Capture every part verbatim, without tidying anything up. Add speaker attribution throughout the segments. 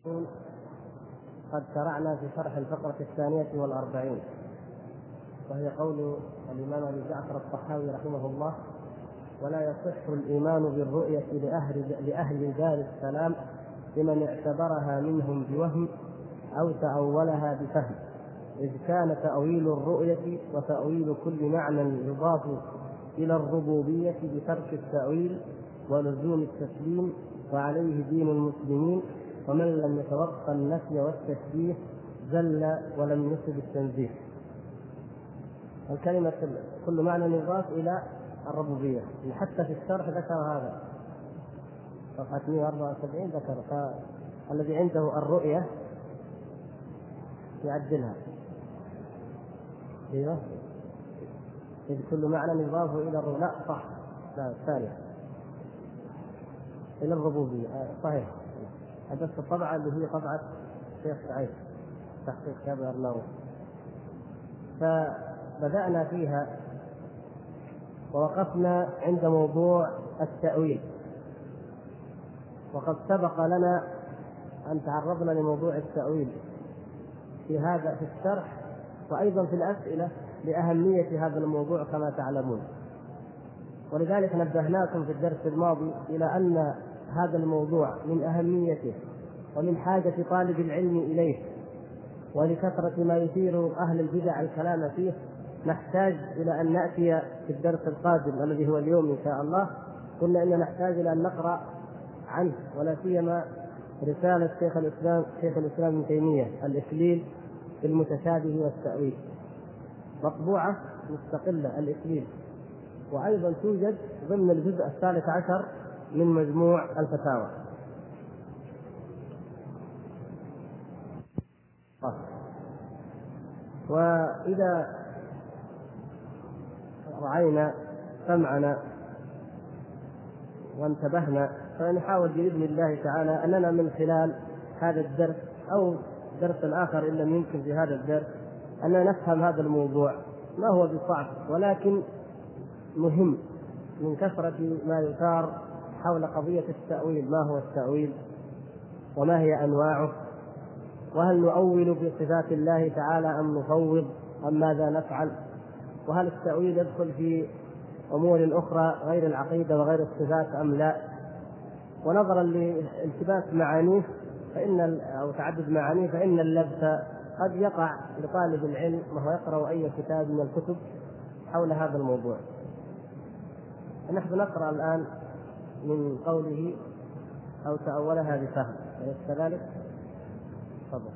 Speaker 1: قد شرعنا في شرح الفقرة الثانية والأربعين، وهي قول الإمام أبي جعفر الطحاوي رحمه الله: ولا يصح الإيمان بالرؤية لأهل, لأهل دار السلام لمن اعتبرها منهم بوهم أو تأولها بفهم، إذ كان تأويل الرؤية وتأويل كل معنى يضاف إلى الربوبية بترك التأويل ولزوم التسليم، وعليه دين المسلمين، ومن لم يتوقع النفي والتشبيه زل ولم يصب التنزيه. الكلمة كل معنى يضاف إلى الربوبية، حتى في الشرح ذكر هذا، صفحة مئة وأربعة وسبعين ذكر. فالذي عنده الرؤية يعدلها. ايوه، إذ كل معنى يضاف إلى الربوبية. لا صح، لا الثانية إلى الربوبية. آه صحيح. هذا الطبعة اللي هي طبعة الشيخ سعيد تحقيق كتاب الأرناؤوط. فبدأنا فيها ووقفنا عند موضوع التأويل، وقد سبق لنا أن تعرضنا لموضوع التأويل في هذا في الشرح وأيضا في الأسئلة لأهمية هذا الموضوع كما تعلمون، ولذلك نبهناكم في الدرس الماضي إلى أن هذا الموضوع من أهميته ومن حاجة طالب العلم إليه، ولكثرة ما يثير أهل البدع الكلام فيه نحتاج إلى أن نأتي في الدرس القادم الذي هو اليوم إن شاء الله. قلنا إن نحتاج إلى أن نقرأ عنه، ولا سيما رسالة شيخ الإسلام شيخ الإسلام ابن تيمية الإكليل في المتشابه والتأويل، مطبوعة مستقلة الإكليل، وأيضا توجد ضمن الجزء الثالث عشر من مجموع الفتاوى. وإذا رأينا سمعنا وانتبهنا فنحاول بإذن الله تعالى أننا من خلال هذا الدرس أو درس آخر إن لم يمكن في هذا الدرس أننا نفهم هذا الموضوع، ما هو بصعب ولكن مهم من كثرة ما يثار حول قضية التأويل. ما هو التأويل وما هي أنواعه، وهل نؤول في صفات الله تعالى أم نفوض أم ماذا نفعل، وهل التأويل يدخل في أمور أخرى غير العقيدة وغير الصفات أم لا. ونظرا لالتباس معانيه فإن أو تعدد معانيه فإن اللبس قد يقع لطالب العلم وهو يقرأ أي كتاب من الكتب حول هذا الموضوع. نحن نقرأ الآن من قوله أو تأولها بفهم، أليس كذلك؟ تفضل.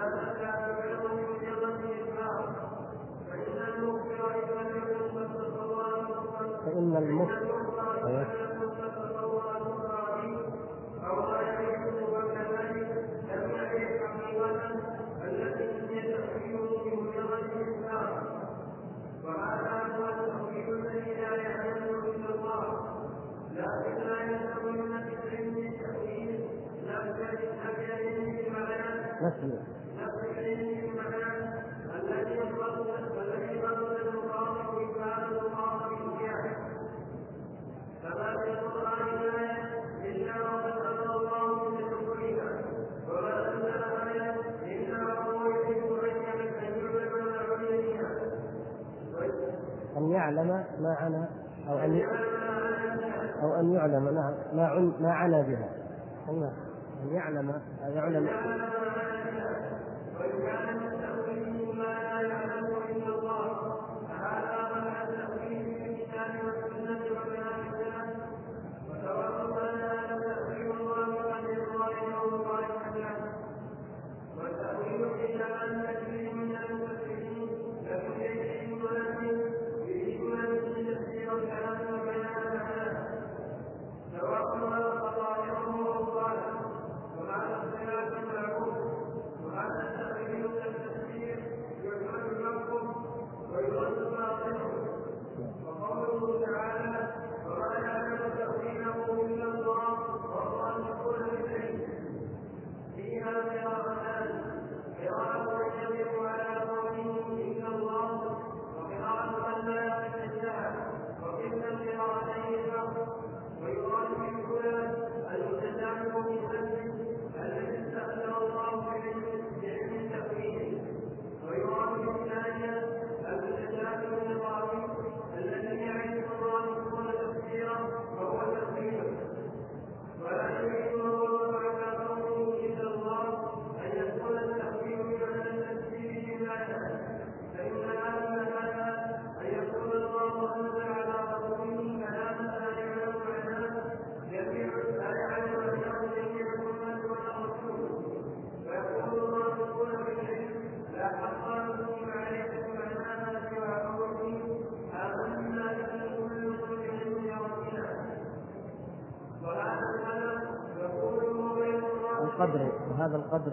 Speaker 1: فإن المخبر نسمع أن يعلم ما عنا أو أن أو أن يعلم ما ما ما عنا بها، أن يعلم يعلم القدر وهذا القدر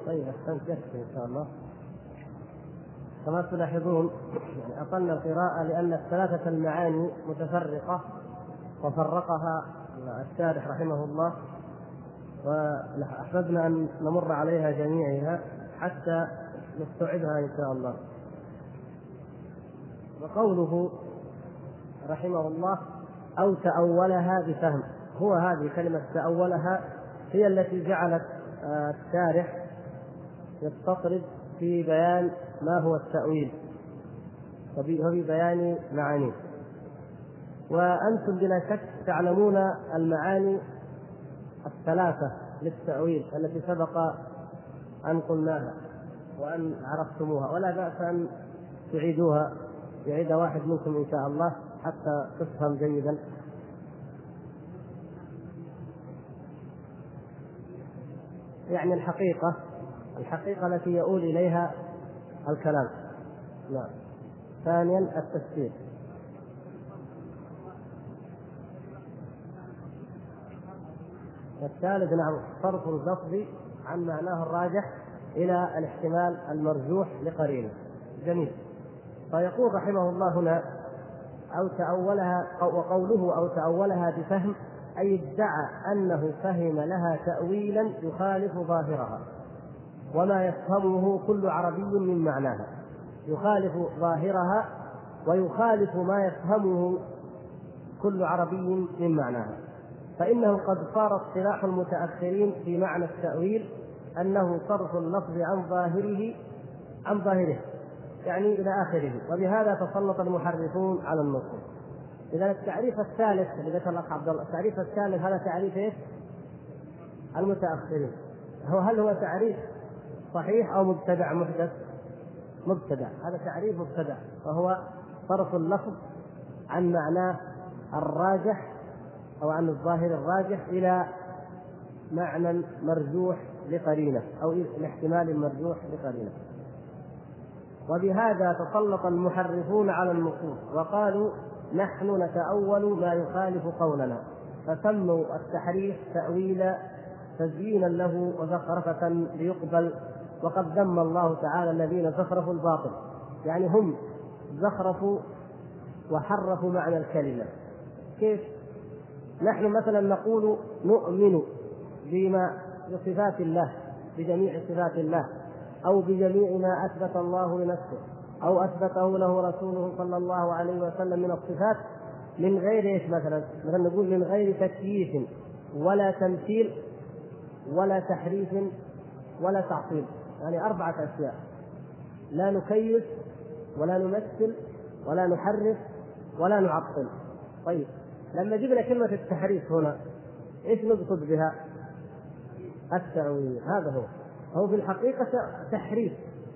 Speaker 1: طيب أحسنت، يكفي إن شاء الله. كما تلاحظون يعني أطلنا القراءة لأن الثلاثة المعاني متفرقة وفرقها الشارح رحمه الله، وأحببنا أن نمر عليها جميعها حتى نستوعبها إن شاء الله. وقوله رحمه الله أو تأولها بفهم، هو هذه كلمة تأولها هي التي جعلت الشارح يستطرد في بيان ما هو التأويل وفي بيان معانيه. وأنتم بلا شك تعلمون المعاني الثلاثة للتأويل التي سبق أن قلناها وأن عرفتموها، ولا بأس أن تعيدوها، يعيد واحد منكم إن شاء الله حتى تفهم جيدا. يعني الحقيقة الحقيقة التي يؤول إليها الكلام. نعم. ثانيا التفسير. الثالث نعم صرف اللفظ عن معناه الراجح إلى الاحتمال المرجوح لقرينه. جميل. فيقول رحمه الله هنا أو تأولها، وقوله أو تأولها بفهم أي ادعى أنه فهم لها تأويلا يخالف ظاهرها وما يفهمه كل عربي من معناها، يخالف ظاهرها ويخالف ما يفهمه كل عربي من معناها. فإنه قد صار اصطلاح المتأخرين في معنى التأويل أنه صرف اللفظ عن ظاهره عن ظاهره يعني إلى آخره، وبهذا تسلط المحرفون على النصوص. إذا التعريف الثالث اللي ذكر الأخ عبد الله، التعريف الثالث هذا تعريف إيش؟ المتأخرين. هو هل هو تعريف صحيح أو مبتدع محدث؟ مبتدع. هذا تعريف مبتدع، وهو صرف اللفظ عن معناه الراجح أو عن الظاهر الراجح إلى معنى مرجوح لقرينة أو الاحتمال المرجوح لقرينة. وبهذا تسلط المحرفون على النصوص وقالوا نحن نتأول ما يخالف قولنا، فسموا التحريف تأويلا تزيينا له وزخرفة ليقبل. وقد ذم الله تعالى الذين زخرفوا الباطل، يعني هم زخرفوا وحرفوا معنى الكلمة. كيف؟ نحن مثلا نقول نؤمن بما بصفات الله، بجميع صفات الله، أو بجميع ما أثبت الله لنفسه أو أثبته له رسوله صلى الله عليه وسلم من الصفات، من غير إيش؟ مثلا مثلا نقول من غير تكييف ولا تمثيل ولا تحريف ولا تعطيل، يعني أربعة أشياء: لا نكيف ولا نمثل ولا نحرف ولا نعطل. طيب لما جبنا كلمة التحريف هنا إيش نقصد بها؟ التأويل. هذا هو هو في الحقيقة تحريف.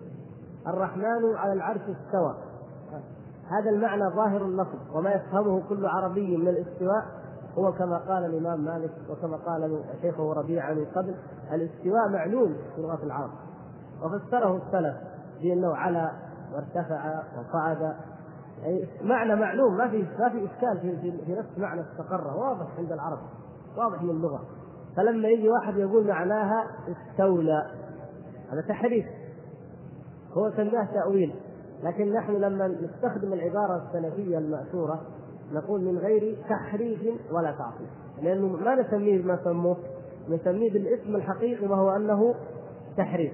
Speaker 1: الرحمن على العرش استوى، هذا المعنى ظاهر اللفظ، وما يفهمه كل عربي من الاستواء هو كما قال الإمام مالك وكما قال شيخه ربيعة من قبل: الاستواء معلوم في لغة العرب، وفسره السلف بأنه على وارتفع وصعد، أي معنى معلوم، ما في ما في إشكال في, في, في نفس معنى استقر، واضح عند العرب، واضح من اللغة. فلما يجي واحد يقول معناها استولى، هذا تحريف، هو سماه تأويل. لكن نحن لما نستخدم العبارة السلفية المأثورة نقول من غير تحريف ولا تعطيل، لأنه ما نسميه ما سموه، نسميه بالاسم الحقيقي وهو أنه تحريف.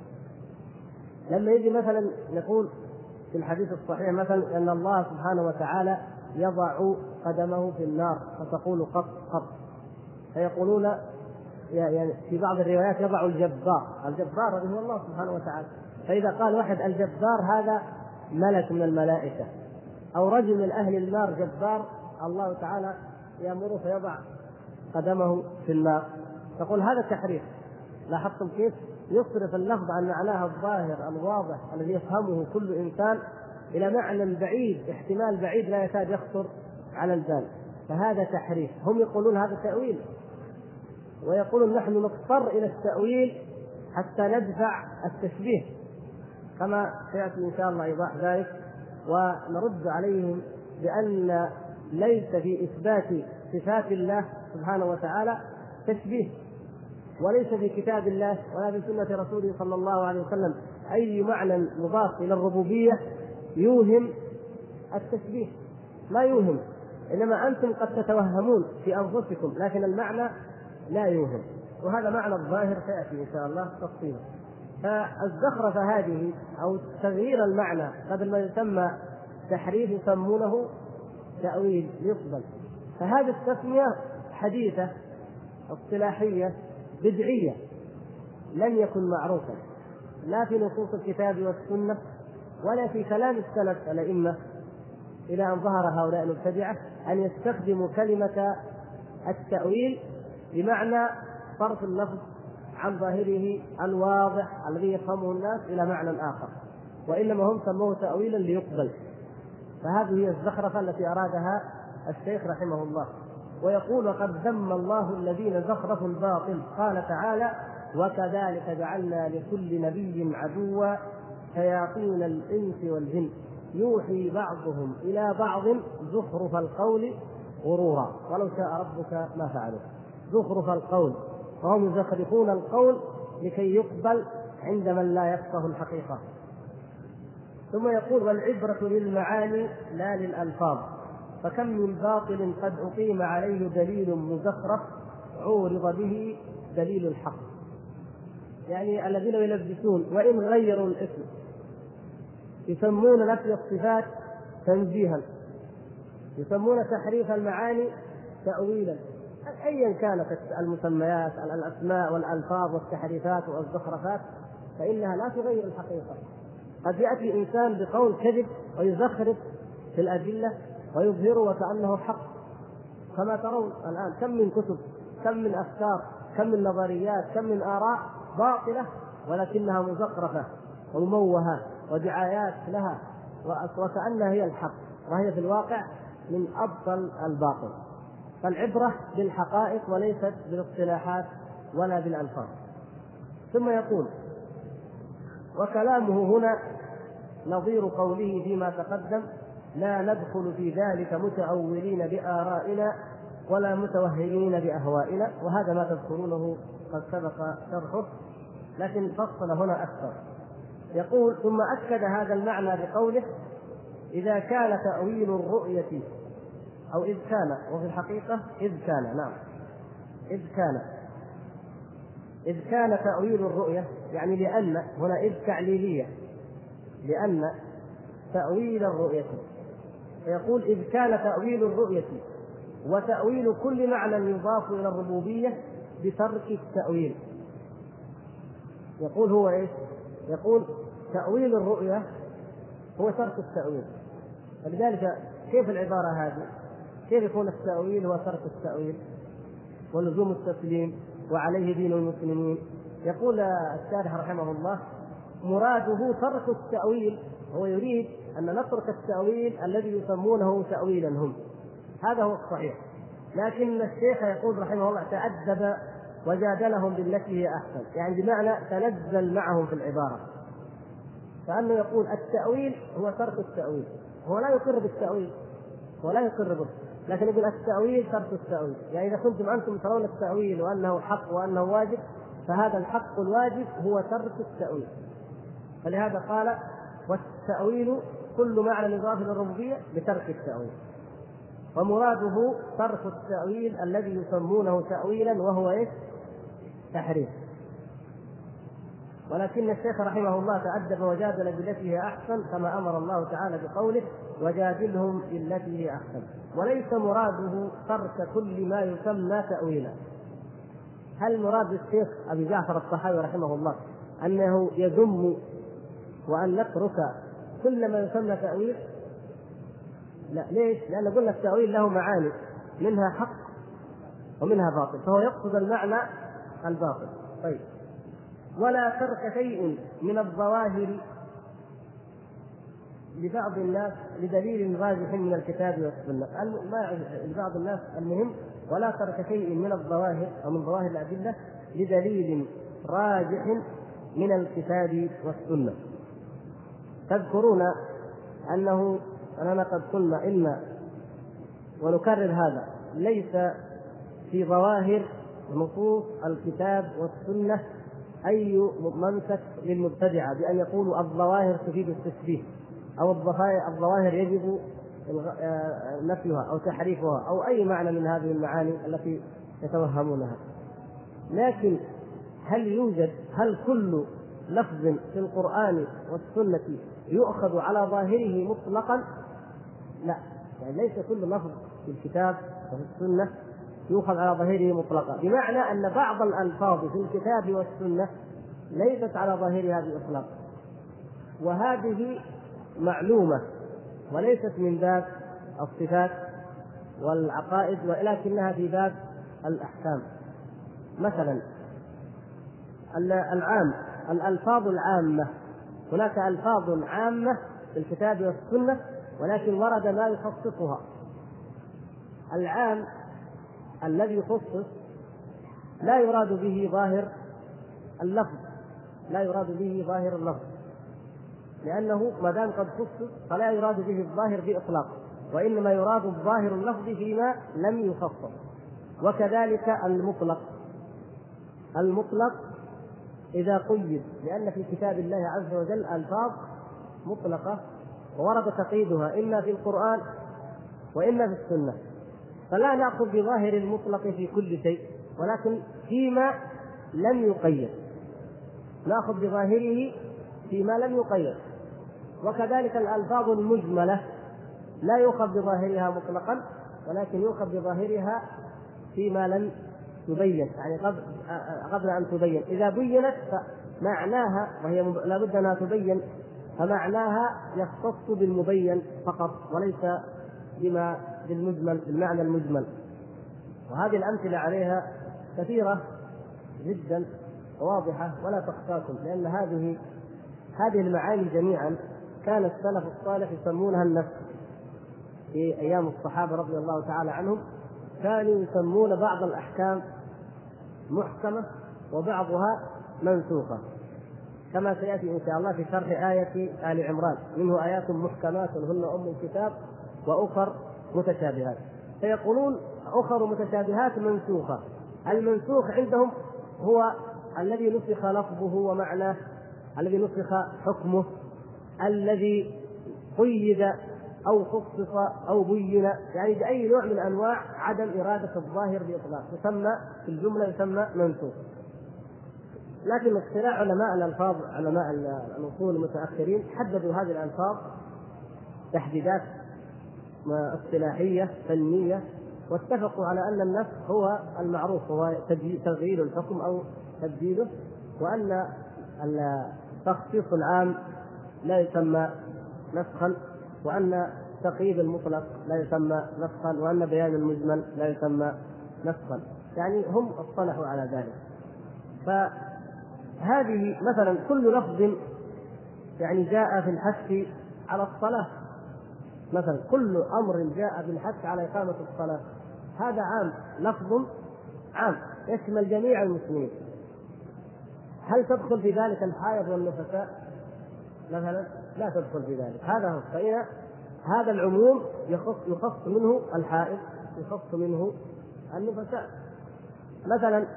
Speaker 1: لما يجي مثلا نقول في الحديث الصحيح مثلا أن الله سبحانه وتعالى يضع قدمه في النار فتقول قط قط، فيقولون يعني في بعض الروايات يضع الجبار، الجبار هو الله سبحانه وتعالى. فإذا قال واحد الجبار هذا ملك من الملائكة، أو رجل من أهل النار جبار، الله تعالى يأمره فيضع قدمه في النار، تقول هذا تحريف. لاحظتم كيف يصرف اللفظ عن معناها الظاهر الواضح الذي يفهمه كل إنسان إلى معنى بعيد، احتمال بعيد لا يكاد يخطر على البال، فهذا تحريف. هم يقولون هذا تأويل، ويقولون نحن نضطر إلى التأويل حتى ندفع التشبيه، كما سيأتي إن شاء الله إيضاح ذلك. ونرد عليهم بأن ليس في إثبات صفات الله سبحانه وتعالى تشبيه، وليس في كتاب الله ولا في سنة رسوله صلى الله عليه وسلم أي معنى يضاف إلى الربوبية يوهم التشبيه، ما يوهم، إنما أنتم قد تتوهمون في أنفسكم لكن المعنى لا يوهم، وهذا معنى الظاهر سيأتي إن شاء الله تفصيلا. فالزخرفة هذه أو تغيير المعنى قبل ما يسمى تحريف يسمونه تأويل يقبل، فهذه التسمية حديثة اصطلاحية بدعية لم يكن معروفا لا في نصوص الكتاب والسنة ولا في كلام السلف الأئمة إلى أن ظهر هؤلاء المبتدعة أن يستخدموا كلمة التأويل بمعنى صرف اللفظ عن ظاهره الواضح الذي يفهمه الناس إلى معنى آخر، وإنما هم سموه تأويلا ليقبل. فهذه هي الزخرفة التي أرادها الشيخ رحمه الله. ويقول: وقد ذم الله الذين زخرفوا الباطل، قال تعالى: وكذلك جعلنا لكل نبي عدوا شياطين الإنس والجن يوحي بعضهم إلى بعض زخرف القول غرورا ولو شاء ربك ما فعلوا. زخرف القول، فهم يزخرفون القول لكي يقبل عند من لا يفقه الحقيقة. ثم يقول: والعبرة للمعاني لا للألفاظ، فكم من باطل قد أقيم عليه دليل مزخرف عورض به دليل الحق. يعني الذين يلبسون وإن غيروا الاسم يسمون نفي الصفات تنزيها، يسمون تحريف المعاني تأويلا، أيا كانت المسميات الأسماء والألفاظ والتحريفات والزخرفات فإنها لا تغير الحقيقة. قد يأتي إنسان بقول كذب ويزخرف في الأدلة ويظهره وكأنه حق، كما ترون الآن كم من كتب، كم من أفكار، كم من نظريات، كم من آراء باطلة ولكنها مزخرفة ومموهة ودعايات لها وكأنها هي الحق، وهي في الواقع من أبطل الباطل. فالعبرة بالحقائق وليست بالاصطلاحات ولا بالألفاظ. ثم يقول: وكلامه هنا نظير قوله فيما تقدم: لا ندخل في ذلك متأولين بآرائنا ولا متوهمين بأهوائنا. وهذا ما تذكرونه قد سبق شرحه لكن فصل هنا أكثر. يقول: ثم أكد هذا المعنى بقوله: إذا كان تأويل الرؤية، أو إذ كان، وفي الحقيقة إذ كان، نعم إذ كان إذ كان تأويل الرؤية، يعني لأن، هنا إذ تعليلية، لأن تأويل الرؤية. يقول: إذ كان تأويل الرؤية وتأويل كل معنى يضاف إلى الربوبية بترك التأويل. يقول هو إيش؟ يقول تأويل الرؤية هو ترك التأويل. فلذلك كيف العبارة هذه؟ كيف يكون التأويل هو ترك التأويل ولزوم التسليم وعليه دين المسلمين؟ يقول الشارح رحمه الله: مراده ترك التأويل، هو يريد أن نترك التأويل الذي يسمونه تأويلا هم، هذا هو الصحيح. لكن الشيخ يقول رحمه الله تأدب وجادلهم بالتي هي أحسن، يعني بمعنى تنزل معهم في العبارة، فأنه يقول التأويل هو ترك التأويل، هو لا يقر بالتأويل ولا يقر به، لكن يقول التأويل ترك التأويل. يعني إذا كنتم أنتم ترون التأويل وأنه حق وأنه واجب، فهذا الحق الواجب هو ترك التأويل. فلهذا قال: والتأويل كل معنى يضاف إلى الربوبية بترك التأويل. ومراده ترك التأويل الذي يسمونه تأويلا وهو إيش؟ تحريف. ولكن الشيخ رحمه الله تأدب وجادل بالتي هي أحسن، كما أمر الله تعالى بقوله: وجادلهم بالتي هي أحسن. وليس مراده ترك كل ما يسمى تأويلا. هل مراد الشيخ أبي جعفر الطحاوي رحمه الله أنه يذم وأن نترك كل ما يسمى تأويل؟ لا. ليش؟ لأن قلنا التأويل له معاني، منها حق ومنها باطل، فهو يقصد المعنى الباطل. طيب: ولا ترك شيء من الظواهر لبعض الناس لدليل راجح من الكتاب والسنة. لبعض الناس المهم ولا ترك شيء من الظواهر أو من ظواهر الأدلة لدليل راجح من الكتاب والسنة. تذكرون أنه أننا قد قلنا إن، ونكرر هذا، ليس في ظواهر نصوص الكتاب والسنة أي منسك للمبتدعة بأن يقولوا الظواهر تفيد التشبيه، أو الظواهر يجب نفيها أو تحريفها أو أي معنى من هذه المعاني التي يتوهمونها. لكن هل يوجد هل كل لفظ في القرآن والسنة يؤخذ على ظاهره مطلقا؟ لا، يعني ليس كل لفظ في الكتاب وفي السنة يؤخذ على ظاهره مطلقا، بمعنى أن بعض الألفاظ في الكتاب والسنة ليست على ظاهرها بإطلاق، وهذه معلومة وليست من باب الصفات والعقائد ولكنها في باب الأحكام. مثلا العام، الألفاظ العامة، هناك ألفاظ عامة في الكتاب والسنة ولكن ورد ما يخصصها. العام الذي يخصص لا يراد به ظاهر اللفظ، لا يراد به ظاهر اللفظ، لأنه ما دام قد خصص فلا يراد به الظاهر بإطلاق، وإنما يراد الظاهر اللفظي فيما لم يخصص. وكذلك المطلق، المطلق إذا قيد، لأن في كتاب الله عز وجل ألفاظ مطلقة وورد تقييدها إما في القرآن وإما في السنة، فلا نأخذ بظاهر المطلق في كل شيء، ولكن فيما لم يقيد نأخذ بظاهره فيما لم يقيد. وكذلك الألفاظ المجملة لا يؤخذ بظاهرها مطلقا، ولكن يؤخذ بظاهرها فيما لم يبين، يعني قبل قبل أن تبين. إذا بينت فمعناها، وهي لا بد أنها تبين، فمعناها يختص بالمبين فقط وليس بما بالمجمل، بالمعنى المجمل. وهذه الأمثلة عليها كثيرة جدا واضحة ولا تخفاكم، لأن هذه هذه المعاني جميعا كان السلف الصالح يسمونها النسخ. في أيام الصحابة رضي الله تعالى عنهم كانوا يسمون بعض الأحكام محكمة وبعضها منسوخة، كما سيأتي إن شاء الله في شرح آية آل عمران: منه آيات محكمات هن أم الكتاب وأخر متشابهات. فيقولون أخر متشابهات منسوخة. المنسوخ عندهم هو الذي نسخ لفظه ومعناه، الذي نسخ حكمه، الذي قيد أو خصص أو بين، يعني بأي نوع من أنواع عدم إرادة الظاهر بإطلاق يسمى في الجملة يسمى منسوخ. لكن اصطلاح علماء الألفاظ، علماء الأصول المتأخرين، حددوا هذه الألفاظ تحديدات اصطلاحية فنية، واتفقوا على أن النسخ هو المعروف، هو تغيير الحكم أو تبديله، وأن التخصيص العام لا يسمى نسخا، وأن تقييد المطلق لا يسمى نسخا، وأن بيان المجمل لا يسمى نسخا. يعني هم اصطلحوا على ذلك. فهذه مثلا كل لفظ يعني جاء في الحث على الصلاة، مثلا كل أمر جاء بالحث على إقامة الصلاة، هذا عام، لفظ عام يشمل جميع المسلمين. هل تدخل في ذلك الحائض والنفساء مثلا؟ لا تدخل في ذلك. هذا هو، فإن هذا العموم يخص يخص منه الحائض، يخص منه النفساء. مثلا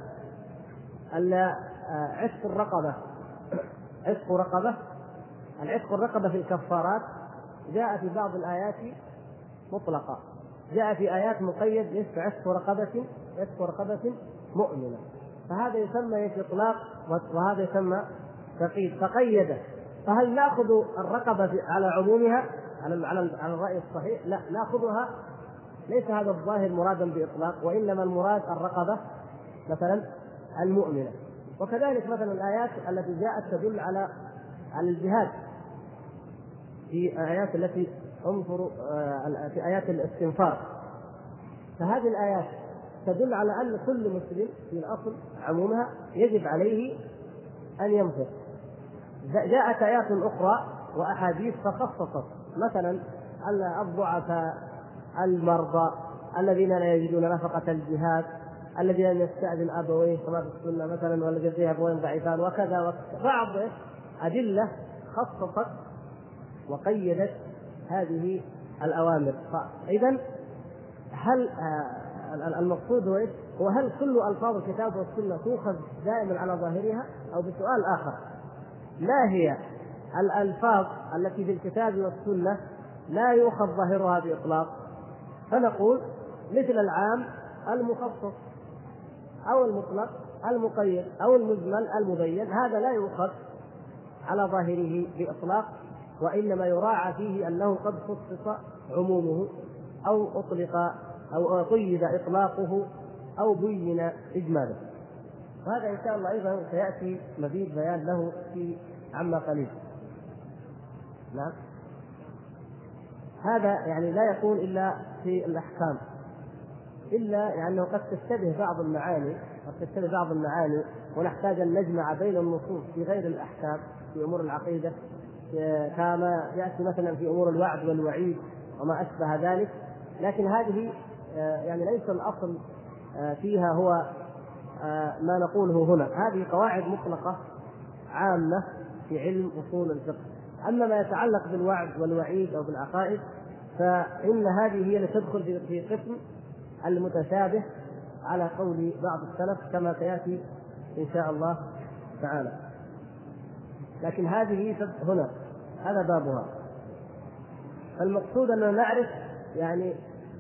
Speaker 1: عتق الرقبة، عتق رقبة، العتق الرقبة في الكفارات جاء في بعض الآيات مطلقة، جاء في آيات مقيد عتق رقبة، عتق رقبة مؤمنة، فهذا يسمى إطلاق وهذا يسمى تقييد، فقيده. فهل نأخذ الرقبة على عمومها على على الرأي الصحيح؟ لا، نأخذها، ليس هذا الظاهر مرادا بإطلاق، وإنما المراد الرقبة مثلا المؤمنة. وكذلك مثلا الآيات التي جاءت تدل على على الجهاد، في آيات التي انظروا في آيات الاستنفار، فهذه الآيات تدل على أن كل مسلم في الأصل عمومها يجب عليه أن ينفق. جاءت آيات أخرى وأحاديث فخصصت مثلا الضعفاء، المرضى، الذين لا يجدون نفقة الجهاد، الذين يستأذن أبويه كما في السنة مثلا، والذين فيها أبوين ضعيفان، وكذا وكذا. بعض أدلة خصصت وقيدت هذه الأوامر. إذن هل المقصود هو إيش؟ هو هل كل ألفاظ الكتاب والسنة تؤخذ دائما على ظاهرها، أو بسؤال آخر: ما هي الألفاظ التي في الكتاب والسنة لا يؤخذ ظاهرها بإطلاق؟ فنقول مثل العام المخصص، أو المطلق المقيد، أو المجمل المبين، هذا لا يؤخذ على ظاهره بإطلاق، وإنما يراعى فيه أنه قد خصص عمومه، أو أطلق أو قيد إطلاقه، أو بين إجماله. وهذا إن شاء الله أيضا سيأتي مزيد بيان له في عما قليل. نعم، هذا يعني لا يكون إلا في الأحكام، إلا لأنه قد تشتبه بعض المعاني قد تشتبه بعض المعاني ونحتاج أن نجمع بين النصوص في غير الأحكام، في أمور العقيدة، كما يأتي مثلا في أمور الوعد والوعيد وما أشبه ذلك. لكن هذه يعني ليس الأصل فيها هو ما نقوله هنا، هذه قواعد مطلقة عامة في علم أصول الفقه. أما ما يتعلق بالوعد والوعيد أو بالعقائد فإن هذه هي اللي تدخل في قسم المتشابه على قول بعض السلف كما سيأتي إن شاء الله تعالى. لكن هذه هنا هذا بابها. المقصود أننا نعرف يعني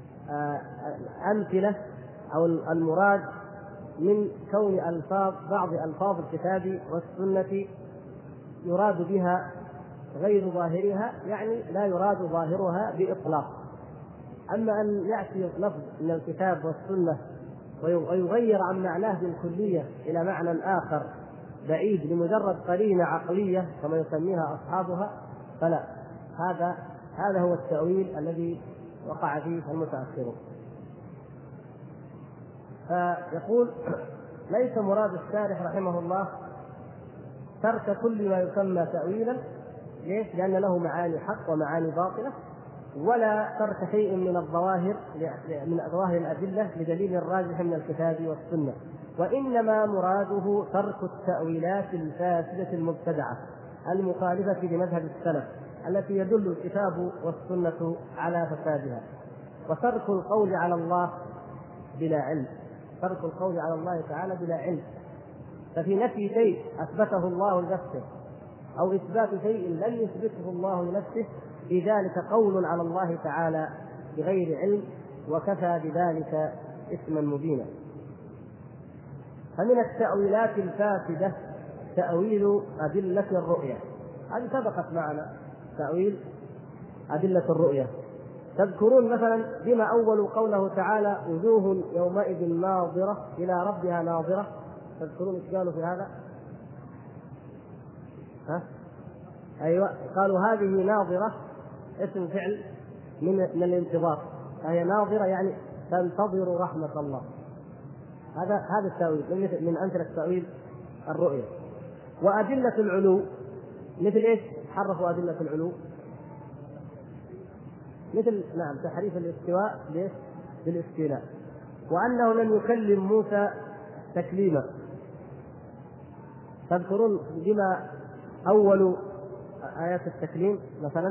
Speaker 1: أمثلة أو المراد من كون ألفاظ بعض ألفاظ الكتاب والسنة يراد بها غير ظاهرها، يعني لا يراد ظاهرها بإطلاق. أما أن يأتي لفظ من الكتاب والسنة ويغير عن معناه بالكلية إلى معنى آخر بعيد لمجرد قرينة عقلية كما يسميها أصحابها، فلا، هذا هذا هو التأويل الذي وقع فيه المتأخرون. فيقول: ليس مراد الشارح رحمه الله ترك كل ما يسمى تأويلا، ليش؟ لأن له معاني حق ومعاني باطلة، ولا ترك شيء من الظواهر من ظواهر الأدلة لدليل الراجح من الكتاب والسنة، وإنما مراده ترك التأويلات الفاسدة المبتدعة المخالفة لمذهب السلف التي يدل الكتاب والسنة على فسادها، وترك القول على الله بلا علم، ترك القول على الله تعالى بلا علم. ففي نفي شيء أثبته الله لنفسه أو إثبات شيء لم يثبته الله لنفسه، في ذلك قول على الله تعالى بغير علم، وكفى بذلك إثما مبينا. فمن التأويلات الفاسدة تأويل أدلة الرؤية، هذه سبقت معنا، تأويل أدلة الرؤية. تذكرون مثلا بما أول قوله تعالى: وجوه يومئذ ناظرة إلى ربها ناظرة. تذكرون ايش قالوا في هذا؟ ها؟ أيوة، قالوا هذه ناظرة اسم فعل من من الانتظار، فهي ناظرة يعني تنتظر رحمة الله. هذا هذا التأويل من أمثلة تأويل الرؤية. وأدلة العلو مثل إيش؟ حرفوا أدلة العلو مثل نعم تحريف الاستواء بالاستيلاء، وأنه لم يكلم موسى تكليما. تذكرون بما أول آيات التكليم مثلا؟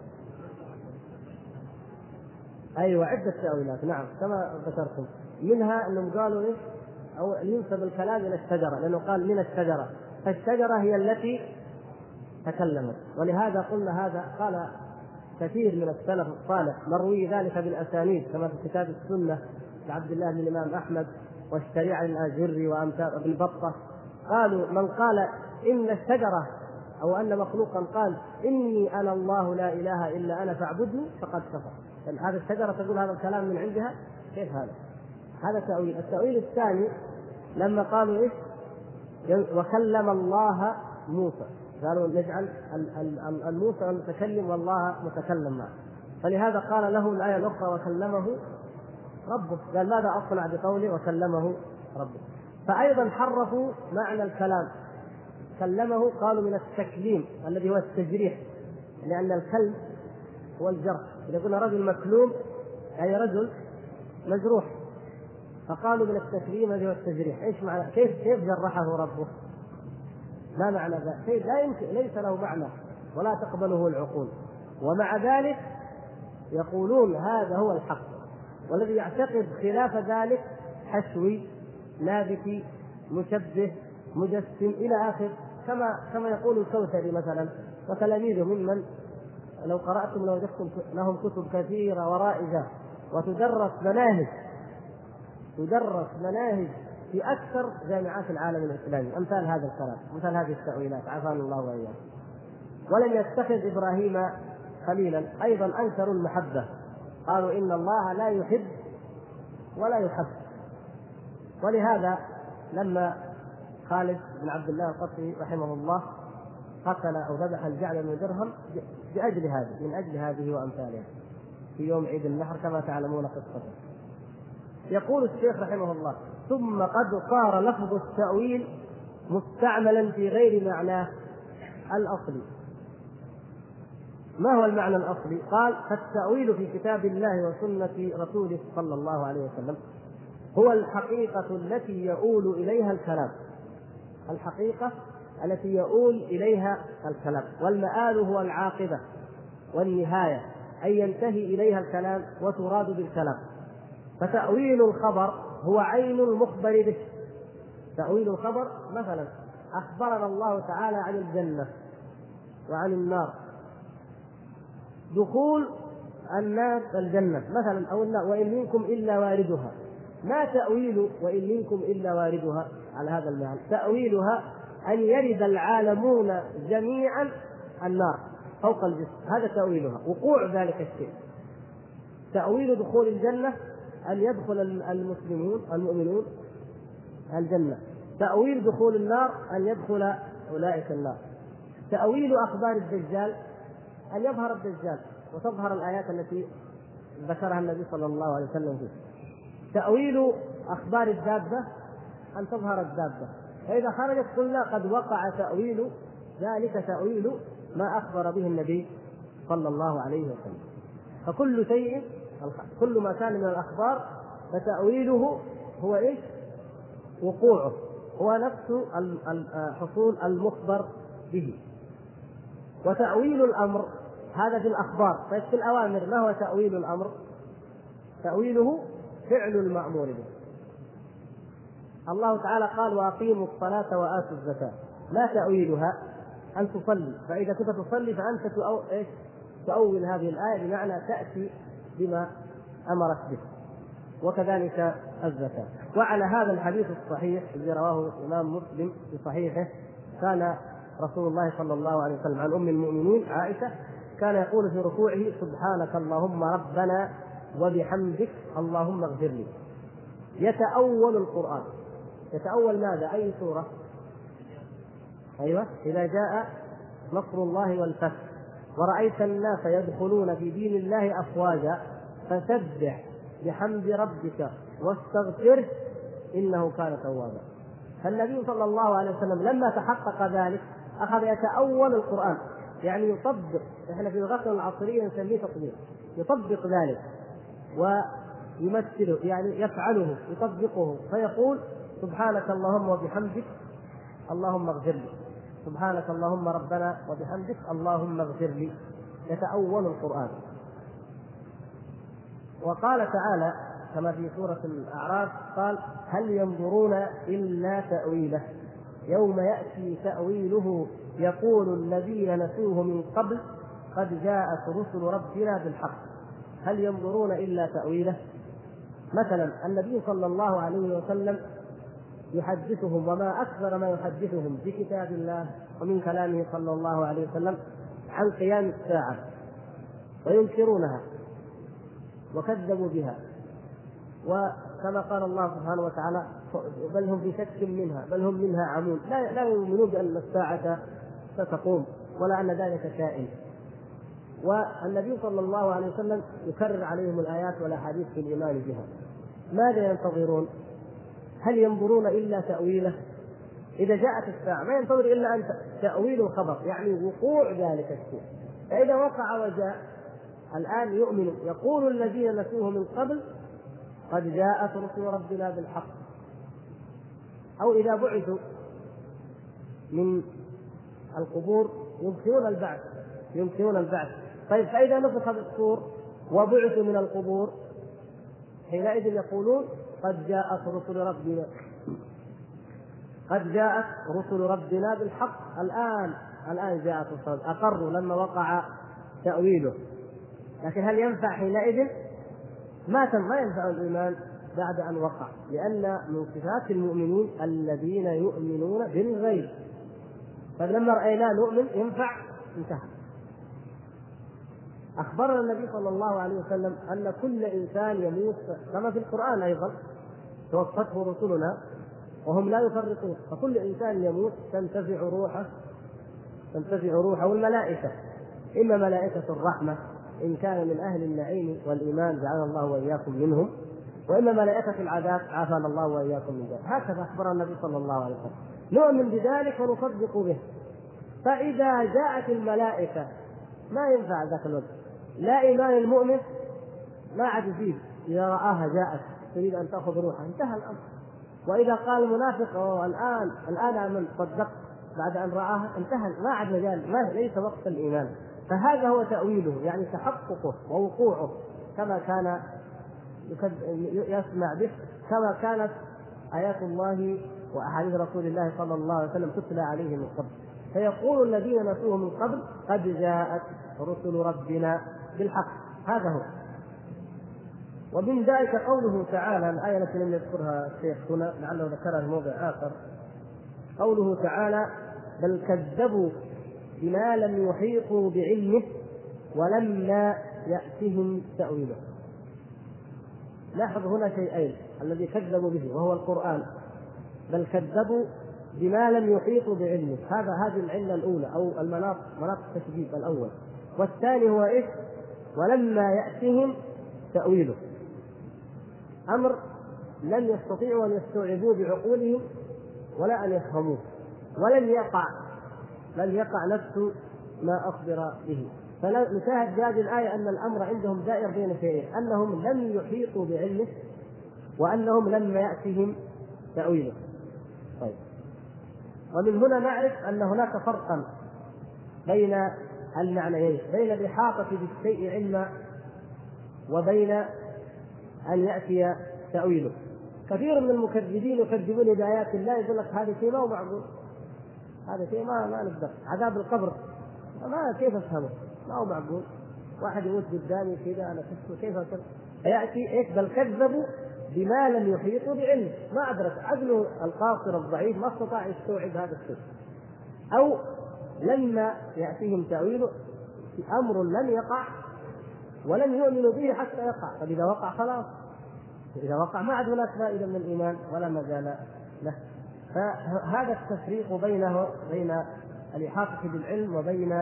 Speaker 1: أيوة، عدة تأويلات نعم كما ذكرتم، منها أنهم قالوا إيش؟ أو ينسب الكلام إلى الشجرة، لأنه قال من الشجرة، فالشجرة هي التي تكلمت. ولهذا قلنا هذا قال كثير من السلف الصالح، مروي ذلك بالأسانيد كما في كتاب السنة لعبد الله بن الإمام أحمد والشريعة للآجري وأمثال ابن بطة، قالوا: من قال إن الشجرة أو أن مخلوقا قال إني أنا الله لا إله إلا أنا فاعبدني فقد كفر. يعني هذا الشجرة تقول هذا الكلام من عندها، كيف هذا؟ هذا تأويل. التأويل الثاني لما قالوا إيش؟ وكلم الله موسى، قالوا نجعل الموسى المتكلم والله متكلم معه، فلهذا قال له الآية الأخرى: وكلمه ربه. قال ماذا أصنع بقوله وكلمه ربه؟ فأيضا حرفوا معنى الكلام. كلمه قالوا من التكليم الذي هو التجريح، لأن الكلم هو الجرح، إذا قلنا رجل مكلوم أي رجل مجروح، فقالوا من التكليم الذي هو التجريح. إيش معنى؟ كيف كيف جرحه ربه؟ ما معنى ذلك؟ شيء لا يمكن، ليس له معنى ولا تقبله العقول، ومع ذلك يقولون هذا هو الحق. والذي يعتقد خلاف ذلك حشوي لابسي مشبه مجسم إلى آخر، كما كما يقول الكوثري مثلا وتلاميذه، ممن لو قرأتم لو وجدتم لهم كتب كثيرة ورائجة وتدرس مناهج تدرس مناهج في أكثر جامعات العالم الإسلامي أمثال هذا الكلام، مثل هذه التأويلات، عافانا الله وإياكم. ولم يتخذ إبراهيم خليلا أيضا أنكروا المحبة، قالوا إن الله لا يحب ولا يحب. ولهذا لما خالد بن عبد الله القطري رحمه الله قتل أو ذبح الجعد بن درهم لأجل هذه من أجل هذه وأمثالها في يوم عيد النحر كما تعلمون قصته. يقول الشيخ رحمه الله: ثم قد صار لفظ التأويل مستعملا في غير معناه الأصلي. ما هو المعنى الأصلي؟ قال: فالتأويل في كتاب الله وسنة رسوله صلى الله عليه وسلم هو الحقيقة التي يؤول إليها الكلام، الحقيقة التي يؤول إليها الكلام، والمآل هو العاقبة والنهاية، أي ينتهي إليها الكلام وتراد بالكلام. فتأويل الخبر هو عين المخبر به. تأويل الخبر مثلا أخبرنا الله تعالى عن الجنة وعن النار، دخول الناس الجنة مثلا أو النار، وإن منكم إلا واردها. ما تأويل وإن منكم إلا واردها على هذا المعنى؟ تأويلها أن يرد العالمون جميعا النار فوق الجسم، هذا تأويلها، وقوع ذلك الشيء. تأويل دخول الجنة أن يدخل المسلمون المؤمنون الجنة. تأويل دخول النار أن يدخل أولئك النار. تأويل أخبار الدجال أن يظهر الدجال وتظهر الآيات التي ذكرها النبي صلى الله عليه وسلم فيه. تأويل أخبار الدابة أن تظهر الدابة، فإذا خرجت قلنا قد وقع تأويل ذلك، تأويل ما أخبر به النبي صلى الله عليه وسلم. فكل شيء كل ما كان من الأخبار فتأويله هو إيش؟ وقوعه، هو نفس حصول المخبر به. وتأويل الأمر هذا في الأخبار. طيب في الأوامر ما هو تأويل الأمر؟ تأويله فعل المأمور به. الله تعالى قال: وأقيموا الصلاة وآتوا الزكاة. ما تأويلها؟ أن تصلي، فإذا كنت تصلي فأنت تؤو... إيش؟ تؤول هذه الآية بمعنى تأتي بما أمرت به. وكذلك الزكاة. وعلى هذا الحديث الصحيح الذي رواه الإمام مسلم في صحيحه، كان رسول الله صلى الله عليه وسلم عن أم المؤمنين عائشة كان يقول في ركوعه: سبحانك اللهم ربنا وبحمدك اللهم اغفر لي. يتأول القرآن. يتأول ماذا؟ أي سورة؟ أيوة: إذا جاء نصر الله والفتح ورأيت الناس يدخلون في دين الله أفواجا فسبح بحمد ربك واستغفره إنه كان توابا. فالنبي صلى الله عليه وسلم لما تحقق ذلك أخذ يتأول القرآن، يعني يطبق. إحنا في لغتنا العصرية نسميه تطبيق. يطبق ذلك ويمثله، يعني يفعله يطبقه، فيقول: سبحانك اللهم وبحمدك اللهم اغفر لي، سبحانك اللهم ربنا وبحمدك اللهم اغفر لي. يتأول القرآن. وقال تعالى كما في سورة الأعراف قال: هل ينظرون إلا تأويله يوم يأتي تأويله يقول الذين نسوه من قبل قد جاءت رسل ربنا بالحق. هل ينظرون إلا تأويله؟ مثلا النبي صلى الله عليه وسلم يحدثهم، وما أكثر ما يحدثهم في كتاب الله ومن كلامه صلى الله عليه وسلم عن قيام الساعة، وينكرونها وكذبوا بها. وكما قال الله سبحانه وتعالى: بل هم في شك منها بل هم منها عمون. لا, لا يؤمنون بأن الساعة ستقوم ولا أن ذلك كائن. والنبي صلى الله عليه وسلم يكرر عليهم الآيات والأحاديث في الإيمان بها. ماذا ينتظرون؟ هل ينظرون إلا تأويله؟ إذا جاءت الساعة ما ينتظر إلا أن تأويل الخبر، يعني وقوع ذلك الشيء. فإذا وقع وجاء الآن يؤمن. يقول الذين نسوه من قبل قد جاءت رسل ربنا بالحق. أو إذا بعثوا من القبور ينكرون البعث ينكرون البعث طيب فإذا نفخ بالصور وبعثوا من القبور حينئذ يقولون قد جاءت رسل ربنا قد جاءت رسل ربنا بالحق. الآن الآن جاءت رسل، أقروا لما وقع تأويله. لكن هل ينفع حينئذ؟ ما تم ما ينفع الإيمان بعد أن وقع، لأن من صفات المؤمنين الذين يؤمنون بالغيب. فلما رأينا نؤمن ينفع؟ انتهى. أخبرنا النبي صلى الله عليه وسلم أن كل إنسان يموت، كما في القرآن أيضا توفته رسلنا وهم لا يفرقون، فكل إنسان يموت تنتزع روحه تنتزع روحه والملائكة، إما ملائكة الرحمة إن كان من أهل النعيم والإيمان جعلنا الله وإياكم منهم، وإما ملائكة العذاب عافانا الله وإياكم من ذلك. هكذا أخبرنا النبي صلى الله عليه وسلم، نؤمن بذلك ونصدق به. فإذا جاءت الملائكة ما ينفع ذاك الوقت، لا إيمان المؤمن ما عاد يزيد، إذا رآها جاءت تريد أن تأخذ روحها انتهى الأمر. وإذا قال المنافق الآن الآن آمن صدقت بعد أن رآها انتهى، ما عاد مجال، ما ليس وقت الإيمان. فهذا هو تأويله، يعني تحققه ووقوعه كما كان يسمع به، كما كانت آيات الله وأحاديث رسول الله صلى الله عليه وسلم تتلى عليه من قبل. فيقول الذين نسوه من قبل قد جاءت رسل ربنا بالحق. هذا هو. ومن ذلك قوله تعالى، الآية التي لم يذكرها الشيخ هنا لعله ذكرها في موضع آخر، قوله تعالى بل كذبوا بما لم يحيطوا بعلمه ولما يأتهم تأويله. لاحظ هنا شيئين الذي كذبوا به وهو القرآن، بل كذبوا بما لم يحيطوا بعلمه، هذا هذه العلة الأولى أو المناط مناط التشبيه الأول. والثاني هو إيش؟ ولما يأتهم تأويله، أمر لم يستطيعوا أن يستوعبوه بعقولهم ولا أن يفهموه، ولم يقع لم يقع نفس ما أخبر به. فنشاهد في هذه الآية أن الأمر عندهم دائر بين شيئين، أنهم لم يحيطوا بعلمه وأنهم لم يأتهم تأويله. طيب، ومن هنا نعرف أن هناك فرقا بين المعنيين، بين الإحاطة بالشيء علما وبين أن يأتي تأويله. كثير من المكذبين يكذبون بآيات الله، يقول لك هذا شيء ما هو معقول، هذا شيء ما ما نقدر، عذاب القبر ما كيف أفهمه، ما هو معقول، واحد يموت قدامي كذا أنا كيف أفهم؟ يأتي إيش؟ بل كذبوا بما لم يحيطوا بعلم، ما أدرك، عقله القاصر الضعيف ما استطاع يستوعب هذا الشيء. أو لما يأتيهم تأويله أمر لم يقع ولم يؤمنوا به حتى يقع، فإذا وقع خلاص، إذا وقع ما عاد هناك فائدة من الإيمان ولا مجال له. فهذا التفريق بينه بين الإحاطة بالعلم وبين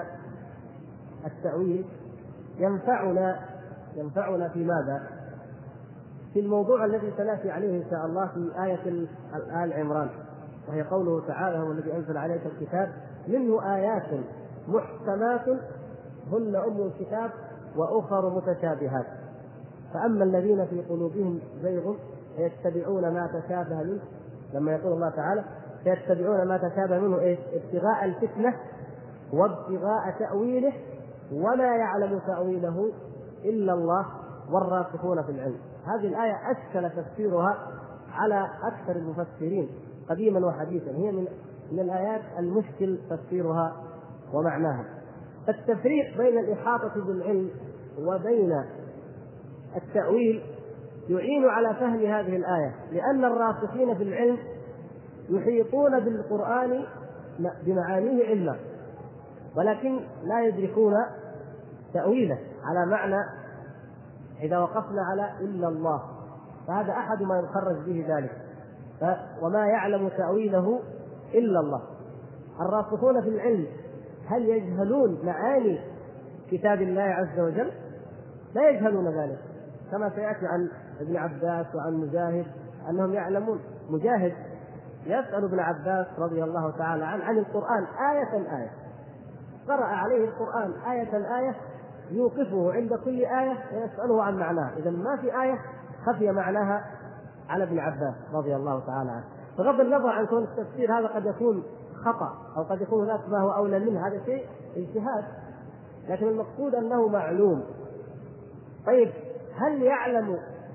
Speaker 1: التأويل ينفعنا ينفعنا في ماذا؟ في الموضوع الذي سنأتي عليه إن شاء الله في آية آل عمران، وهي قوله تعالى هو الذي أنزل عليك الكتاب منه آيات محكمات هن أم الكتاب وأخر متشابهات، فأما الذين في قلوبهم زيغ فيتبعون ما تشابه منه، لما يقول الله تعالى فيتبعون ما تشابه منه إيه؟ ابتغاء الفتنة وابتغاء تأويله وما يعلم تأويله إلا الله والراسخون في العلم. هذه الآية أشكل تفسيرها على أكثر المفسرين قديما وحديثا، هي من من الآيات المشكل تفسيرها ومعناها. التفريق بين الإحاطة بالعلم وبين التأويل يعين على فهم هذه الآية، لأن الراسخين في العلم يحيطون بالقرآن بمعانيه علما ولكن لا يدركون تأويله على معنى إذا وقفنا على إلا الله، فهذا أحد ما يخرج به ذلك، وما يعلم تأويله إلا الله. الراسخون في العلم هل يجهلون معاني كتاب الله عز وجل؟ لا يجهلون ذلك، كما سيأتي عن ابن عباس وعن مجاهد أنهم يعلمون. مجاهد يسأل ابن عباس رضي الله تعالى عنه عن القرآن آية آية، قرأ عليه القرآن آية آية، يوقفه عند كل آية ويسأله عن معناها. إذا ما في آية خفي معناها على ابن عباس رضي الله تعالى عنه. بغض النظر عن كون التفسير هذا قد يكون خطأ أو قد يكون هناك ما هو أولى منه، هذا شيء اجتهاد، لكن المقصود أنه معلوم. طيب، هل يعلم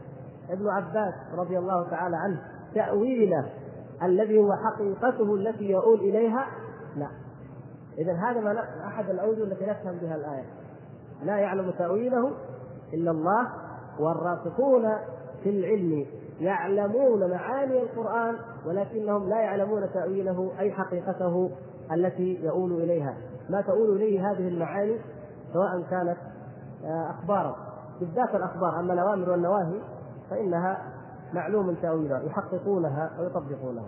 Speaker 1: ابن عباس رضي الله تعالى عنه تأويله الذي هو حقيقته التي يؤول إليها؟ لا. إذن هذا ما أحد الأوجه التي نفهم بها الآية، لا يعلم تأويله إلا الله، والراسخون في العلم يعلمون معاني القرآن ولكنهم لا يعلمون تأويله أي حقيقته التي يؤول إليها، ما تؤول إليه هذه المعاني سواء كانت أخبارا، بالذات الأخبار. أما الأوامر والنواهي فإنها معلوم تأويلها، يحققونها ويطبقونها.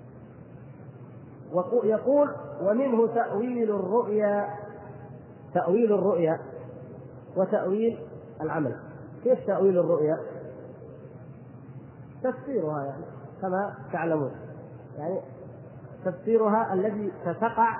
Speaker 1: ويقول ومنه تأويل الرؤيا، تأويل الرؤيا وتأويل العمل. كيف تأويل الرؤيا؟ تفسيرها يعني كما تعلمون، يعني تفسيرها الذي ستقع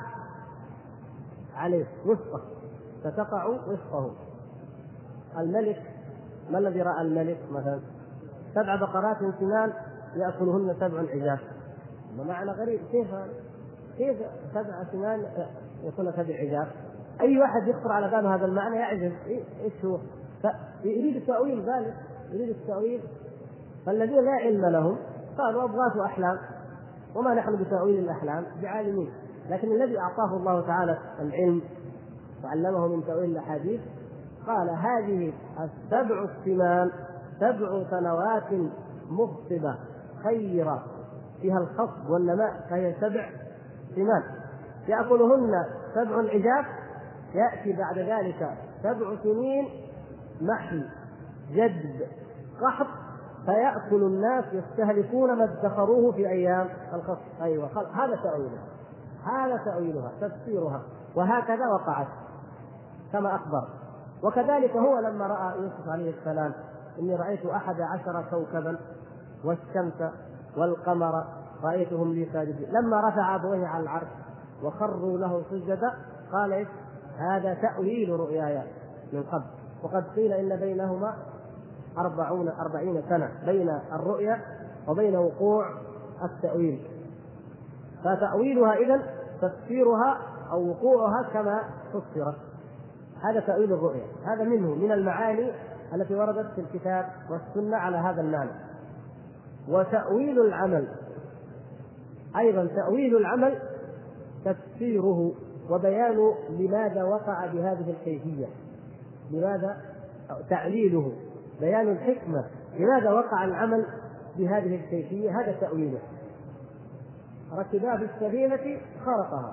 Speaker 1: عليه وفقه، ستقع وفقه. الملك، ما الذي رأى الملك مثلا؟ سبع بقرات سمان يأكلهن سبع عجاف. معنى غريب، كيف كيف سبع سمان يكون سبع عجاف؟ أي واحد يخطر على باله هذا المعنى يعجز. إيش هو؟ يريد التأويل ذلك، يريد التأويل. فالذين لا علم لهم قالوا أضغاث أحلام، وما نحن بتأويل الأحلام بعالمين. لكن الذي أعطاه الله تعالى العلم وعلمه من تأويل الأحاديث قال هذه السبع السمان سبع سنوات مخصبة خيرة فيها الخصب والنماء، فهي سبع سمان يأكلهن سبع عجاف، يأتي بعد ذلك سبع سنين محي جدب قحط، فيأكل الناس يستهلكون ما ادخروه في أيام الخصب. أيوة، هذا تأويلها، هذا تأويلها تفسيرها، وهكذا وقعت كما أخبر. وكذلك هو لما رأى يوسف عليه السلام إني رأيت أحد عشر كوكبا والشمس والقمر رأيتهم لي ساجدين، لما رفع أبويه على العرش وخروا له سجدا قال إيه؟ هذا تأويل رؤياي من قبل. وقد قيل إن بينهما أربعون أربعين سنة بين الرؤيا وبين وقوع التأويل. فتأويلها إذن تفسيرها أو وقوعها كما فسرت، هذا تأويل الرؤيا. هذا منه من المعاني التي وردت في الكتاب والسنة على هذا المعنى. وتأويل العمل أيضا، تأويل العمل تفسيره وبيان لماذا وقع بهذه الكيفية، لماذا تعليله، بيان الحكمة لماذا وقع العمل بهذه الكيفية، هذا تأويله. ركبا في السفينة خرقها،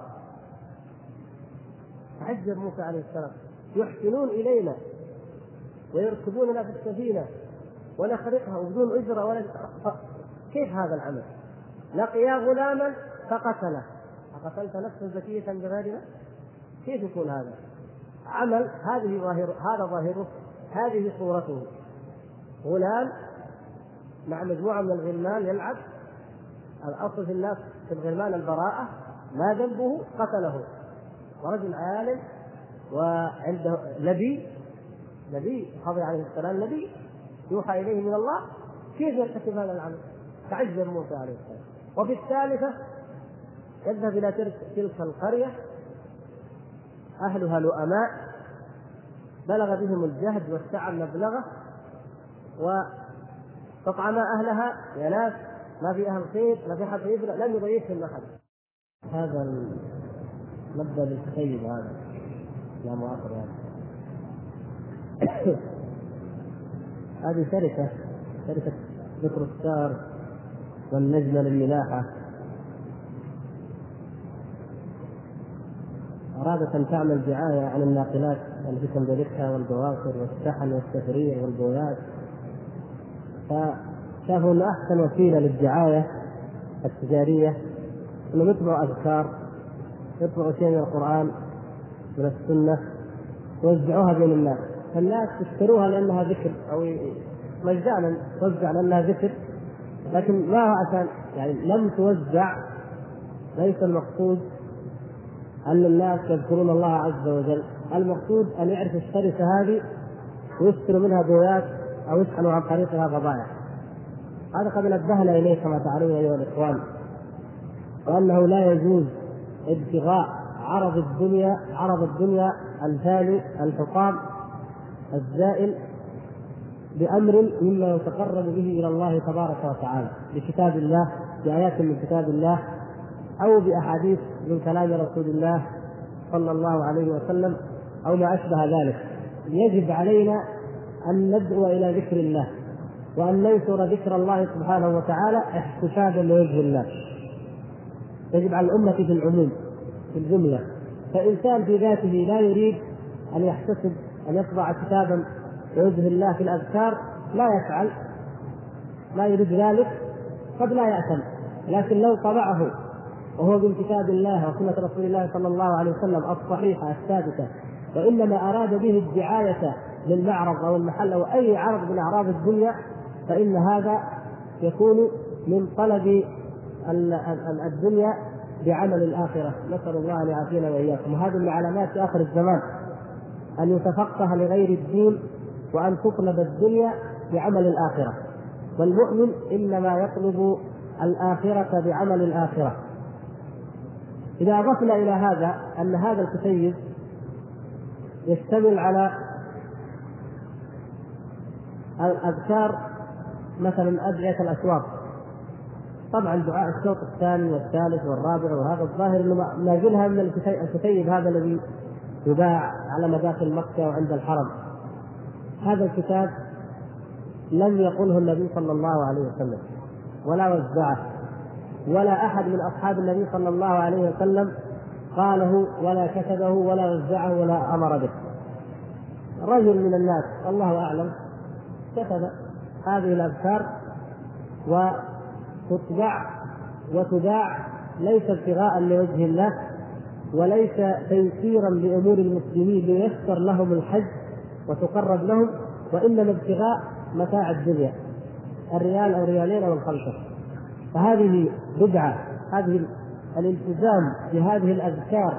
Speaker 1: عجب موسى عليه السلام، يحسنون إلينا ويركبوننا في السفينة ونخرقها وبدون أجرة ولا كيف هذا العمل؟ لقيا غلاما فقتله، أقتلت نفسا زكية بغيرنا؟ كيف يكون هذا عمل؟ هذه ظاهر، هذا ظاهره، هذه صورته، غلام مع مجموعة من الغلمان يلعب، الأصل في الناس في الغلمان البراءة، ما ذنبه قتله، ورجل عالم وعنده نبي، نبي خضر عليه السلام نبي يوحى إليه من الله، كيف يرتكب هذا العمل؟ تعجب موسى عليه السلام. وفي الثالثة يذهب إلى تلك القرية أهلها لؤماء بلغ بهم الجهد والتعب مبلغه، وتطعم أهلها يا ناس، ما في أهل خير، ما في حد يبلغ، لم يضيفهم أحد. هذا المبدأ التخيل هذا لا مؤخر هذا. هذه شركة شركة ذكر الستار والنجمة للملاحة أرادت أن تعمل دعاية عن الناقلات التي تمتلكها والبواخر والشحن والتفريغ والبويات، فشافوا أن أحسن وسيلة للدعاية التجارية أنهم يطبعوا أذكار، يطبعوا شيء من القرآن من السنة ويوزعوها بين الناس، فالناس يشتروها لأنها ذكر أو مجانا توزع لأنها ذكر، لكن ما هو عشان يعني لم توزع. ليس المقصود أن الناس يذكرون الله عز وجل، المقصود أن يعرف الشركة هذه ويشتروا منها بويات أو يشحنوا عن طريقها بضائع. هذا قد نبهنا إليه كما تعلمون أيها الإخوان، وأنه لا يجوز ابتغاء عرض الدنيا عرض الدنيا الفاني الحقام الزائل بأمر مما يتقرب به إلى الله تبارك وتعالى بكتاب الله، بآيات من كتاب الله، أو بأحاديث من كلام رسول الله صلى الله عليه وسلم أو ما أشبه ذلك، يجب علينا أن ندعو إلى ذكر الله وأن ننشر ذكر الله سبحانه وتعالى احتسابا لوجه الله. يجب على الأمة في العموم في الجملة. فإنسان في ذاته لا يريد أن يحتسب أن يطبع كتابا لوجه الله في الأذكار لا يفعل، لا يريد ذلك، قد لا يأثم. لكن لو طبعه وهو من كتاب الله وسنة رسول الله صلى الله عليه وسلم الصحيحة الثابتة، وإنما أراد به الدعاية للمعرض أو المحل أو أي عرض من أعراض الدنيا، فإن هذا يكون من طلب الدنيا بعمل الآخرة. نسأل الله أن يعافينا وإياكم. وهذا من علامات آخر الزمان أن يتفقه لغير الدين وأن تطلب الدنيا بعمل الآخرة. والمؤمن إنما يطلب الآخرة بعمل الآخرة. إذا أضفنا إلى هذا أن هذا الكتيب يشتمل على الأذكار مثلا أدعية الأسواق، طبعا دعاء الشوط الثاني والثالث والرابع، وهذا الظاهر انه نازلها من الكتيب هذا الذي يباع على مداخل مكة وعند الحرم. هذا الكتاب لم يقله النبي صلى الله عليه وسلم ولا وزعه، ولا أحد من أصحاب النبي صلى الله عليه وسلم قاله ولا كتبه ولا وزعه ولا أمر به. رجل من الناس الله أعلم كتب هذه الأذكار وتطبع وتباع، ليس ابتغاء لوجه الله وليس تيسيرا لأمور المسلمين ليسر لهم الحج وتقرب لهم، وإنما ابتغاء متاع الدنيا، الريال أو ريالين أو الخمسة. فهذه بدعة، هذه الالتزام بهذه الأذكار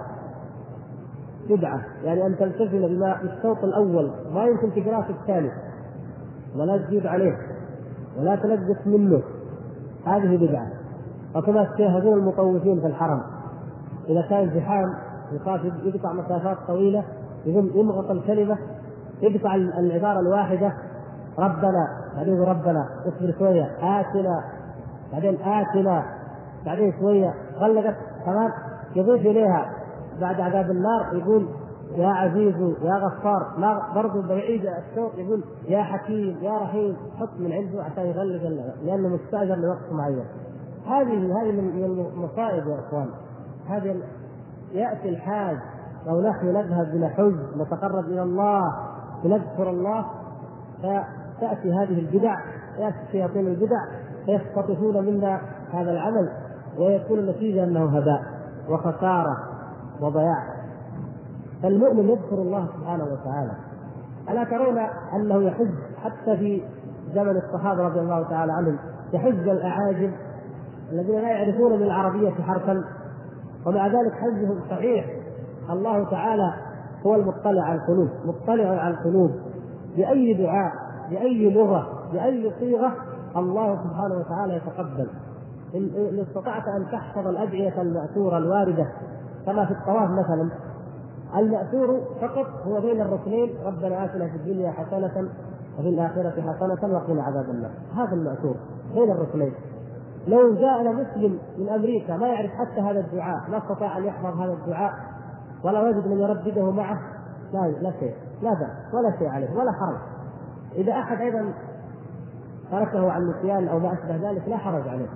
Speaker 1: بدعة، يعني أن تلتزم بما في الشوط الأول ما يمكن تقرأه في الثاني ولا تزيد عليه ولا تلبس منه، هذه بدعة. وكما تشاهدون المطوفين في الحرم إذا كان زحام يخاف يقطع مسافات طويلة يمغط الكلمة، يقطع العبارة الواحدة ربنا، بعدين ربنا اصبر شوية آتنا، بعدين آتنا، بعدين شوية غلقت كمان يضيف إليها بعد عذاب النار يقول يا عزيز يا غفار، لا برضو بعيد الشوط يقول يا حكيم يا رحيم، حط من عنده عشان يغلق لأنه مستأجر لوقت معين. هذه هذه من المصائب يا إخوان. هذه يأتي الحاج أو نحن نذهب إلى حج نتقرب إلى الله ونذكر الله، فتأتي هذه البدع، يأتي شياطين البدع فيختطفون منا هذا العمل ويكون النتيجة أنه هباء وخسارة وضياع. فالمؤمن يذكر الله سبحانه وتعالى. ألا ترون أنه يحج حتى في زمن الصحابة رضي الله تعالى عنهم، يحج الأعاجم الذين لا يعرفون من العربية حرفا، ومع ذلك حجهم صحيح. الله تعالى هو المطلع على القلوب، مطلع على القلوب، بأي دعاء بأي لغة بأي صيغة الله سبحانه وتعالى يتقبل. إن استطعت أن تحفظ الأدعية المأثورة الواردة كما في الطواف مثلا، المأثور فقط هو بين الركنين ربنا آتنا في الدنيا حسنة وفي الآخرة حسنة وقنا عذاب النار، هذا المأثور بين الركنين. لو جاءنا مسلم من أمريكا ما يعرف حتى هذا الدعاء، لا استطاع أن يحفظ هذا الدعاء ولا وجد من يردده معه، لا لا شيء، لا بأس ولا شيء عليه ولا حرج. إذا أحد أيضا تركه عن نسيان أو ما أشبه ذلك لا حرج عليه.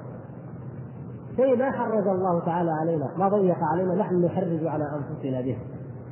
Speaker 1: شيء ما حرج الله تعالى علينا، ما ضيق علينا، نحن نحرج على أنفسنا به.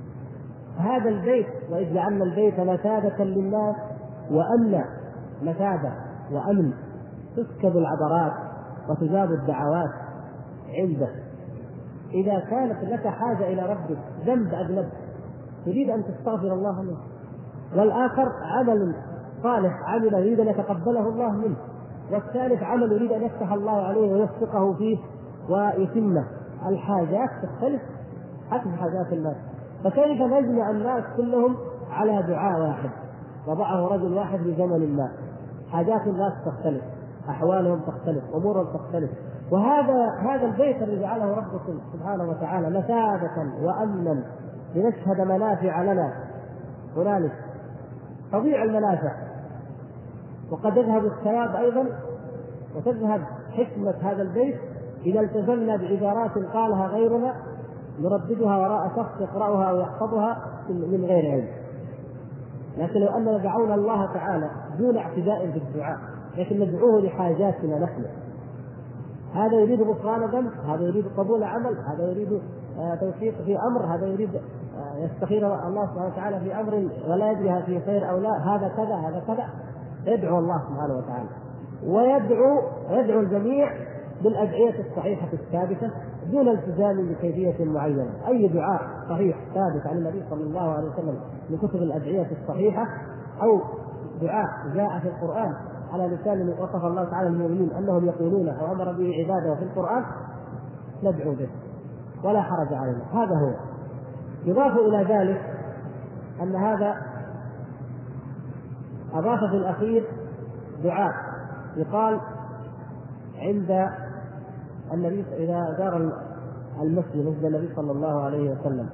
Speaker 1: هذا البيت وإذ جعلنا البيت مثابة للناس وأمنا، مثابة وأمن، تسكب العبرات وتجاب الدعوات عنده. إذا كانت لك حاجة إلى ربك، ذنب أذنب تريد أن تستغفر الله منه، والآخر عمل صالح عمل يريد أن يتقبله الله منه، والثالث عمل يريد أن يفتح الله عليه ويوفقه فيه ويتمه. الحاجات تختلف حسب حاجات الناس، فكيف نجمع الناس كلهم على دعاء واحد وضعه رجل واحد في زمن ما؟ حاجات الناس تختلف، أحوالهم تختلف، أمورهم تختلف. وهذا هذا البيت الذي جعله ربكم سبحانه وتعالى مثابة وأمنا لنشهد منافع لنا، هنالك تضيع المنافع وقد يذهب الثواب أيضا وتذهب حكمة هذا البيت إذا التزمنا بعبارات قالها غيرنا نرددها وراء شخص يقرأها أو يحفظها من غير علم. لكن لو أننا دعونا الله تعالى دون اعتداء في الدعاء، لكن ندعوه لحاجاتنا نحن، هذا يريد غفران ذنب، هذا يريد قبول عمل، هذا يريد توفيق في أمر، هذا يريد يستخير الله سبحانه وتعالى في أمر ولا يدري في خير أو لا، هذا كذا هذا كذا، يدعو الله سبحانه وتعالى. ويدعو يدعو الجميع بالأدعية الصحيحة الثابتة دون التزام بكيفية معينة. أي دعاء صحيح ثابت عن النبي صلى الله عليه وسلم من كتب الأدعية الصحيحة أو دعاء جاء في القرآن على لسان وصف الله تعالى المؤمنين أنهم يقولون أو أمر به عباده في القرآن ندعو به ولا حرج علينا. هذا هو. يضاف إلى ذلك أن هذا أضاف في الأخير دعاء يقال عند النبي إذا زار المسجد مسجد النبي صلى الله عليه وسلم.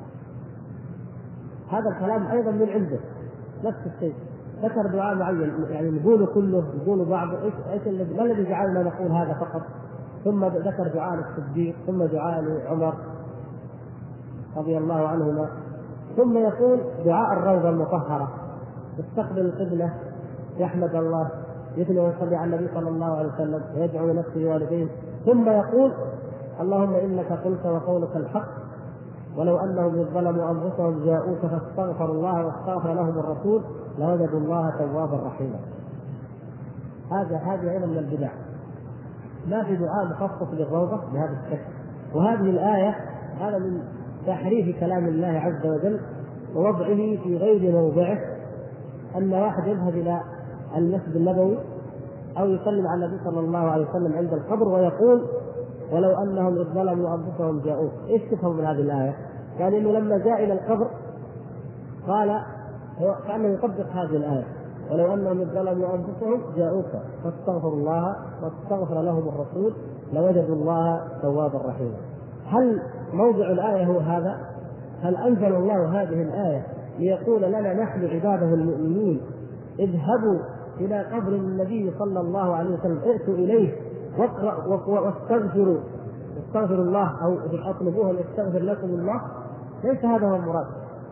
Speaker 1: هذا الكلام أيضا من عنده نفس الشيء، ذكر دعاء معين يعني نقول كله نقول بعض. إيش إيش الذي ما الذي جعلنا نقول هذا فقط؟ ثم ذكر دعاء الصديق، ثم دعاء عمر رضي الله عنهما، ثم يقول دعاء الروضة المطهرة يستقبل القبلة يحمد الله يثني ويصلي على النبي صلى الله عليه وسلم ويدعو لنفسه ووالديه، ثم يقول اللهم إنك قلت وقولك الحق ولو أنهم إذ ظلموا أنفسهم جاءوك فاستغفروا الله واستغفر لهم الرسول لوجدوا الله توابا رحيما. هذا هذه أيضا من البدع، ما في دعاء مخصص للروضة بهذا الشكل. وهذه الآية هذا من تحريف كلام الله عز وجل ووضعه في غير موضعه، أن واحد يذهب إلى المسجد النبوي أو يسلم على النبي صلى الله عليه وسلم عند القبر ويقول ولو أنهم إذ ظلموا أنفسهم جاءوك. إيش تفهم من هذه الآية؟ يعني إنه لما جاء إلى القبر قال هو كأنه يطبق هذه الآية ولو أنهم إذ ظلموا أنفسهم جاءوك فاستغفروا الله واستغفر لهم الرسول لوجدوا الله توابا رحيما. هل موضع الآية هو هذا؟ هل أنزل الله هذه الآية ليقول لنا نحن عباده المؤمنين اذهبوا إلى قبر النبي صلى الله عليه وسلم ائتوا إليه واقرأوا واستغفروا استغفروا الله أو اطلبوه أن يستغفر لكم الله؟ ليس هذا هو المراد.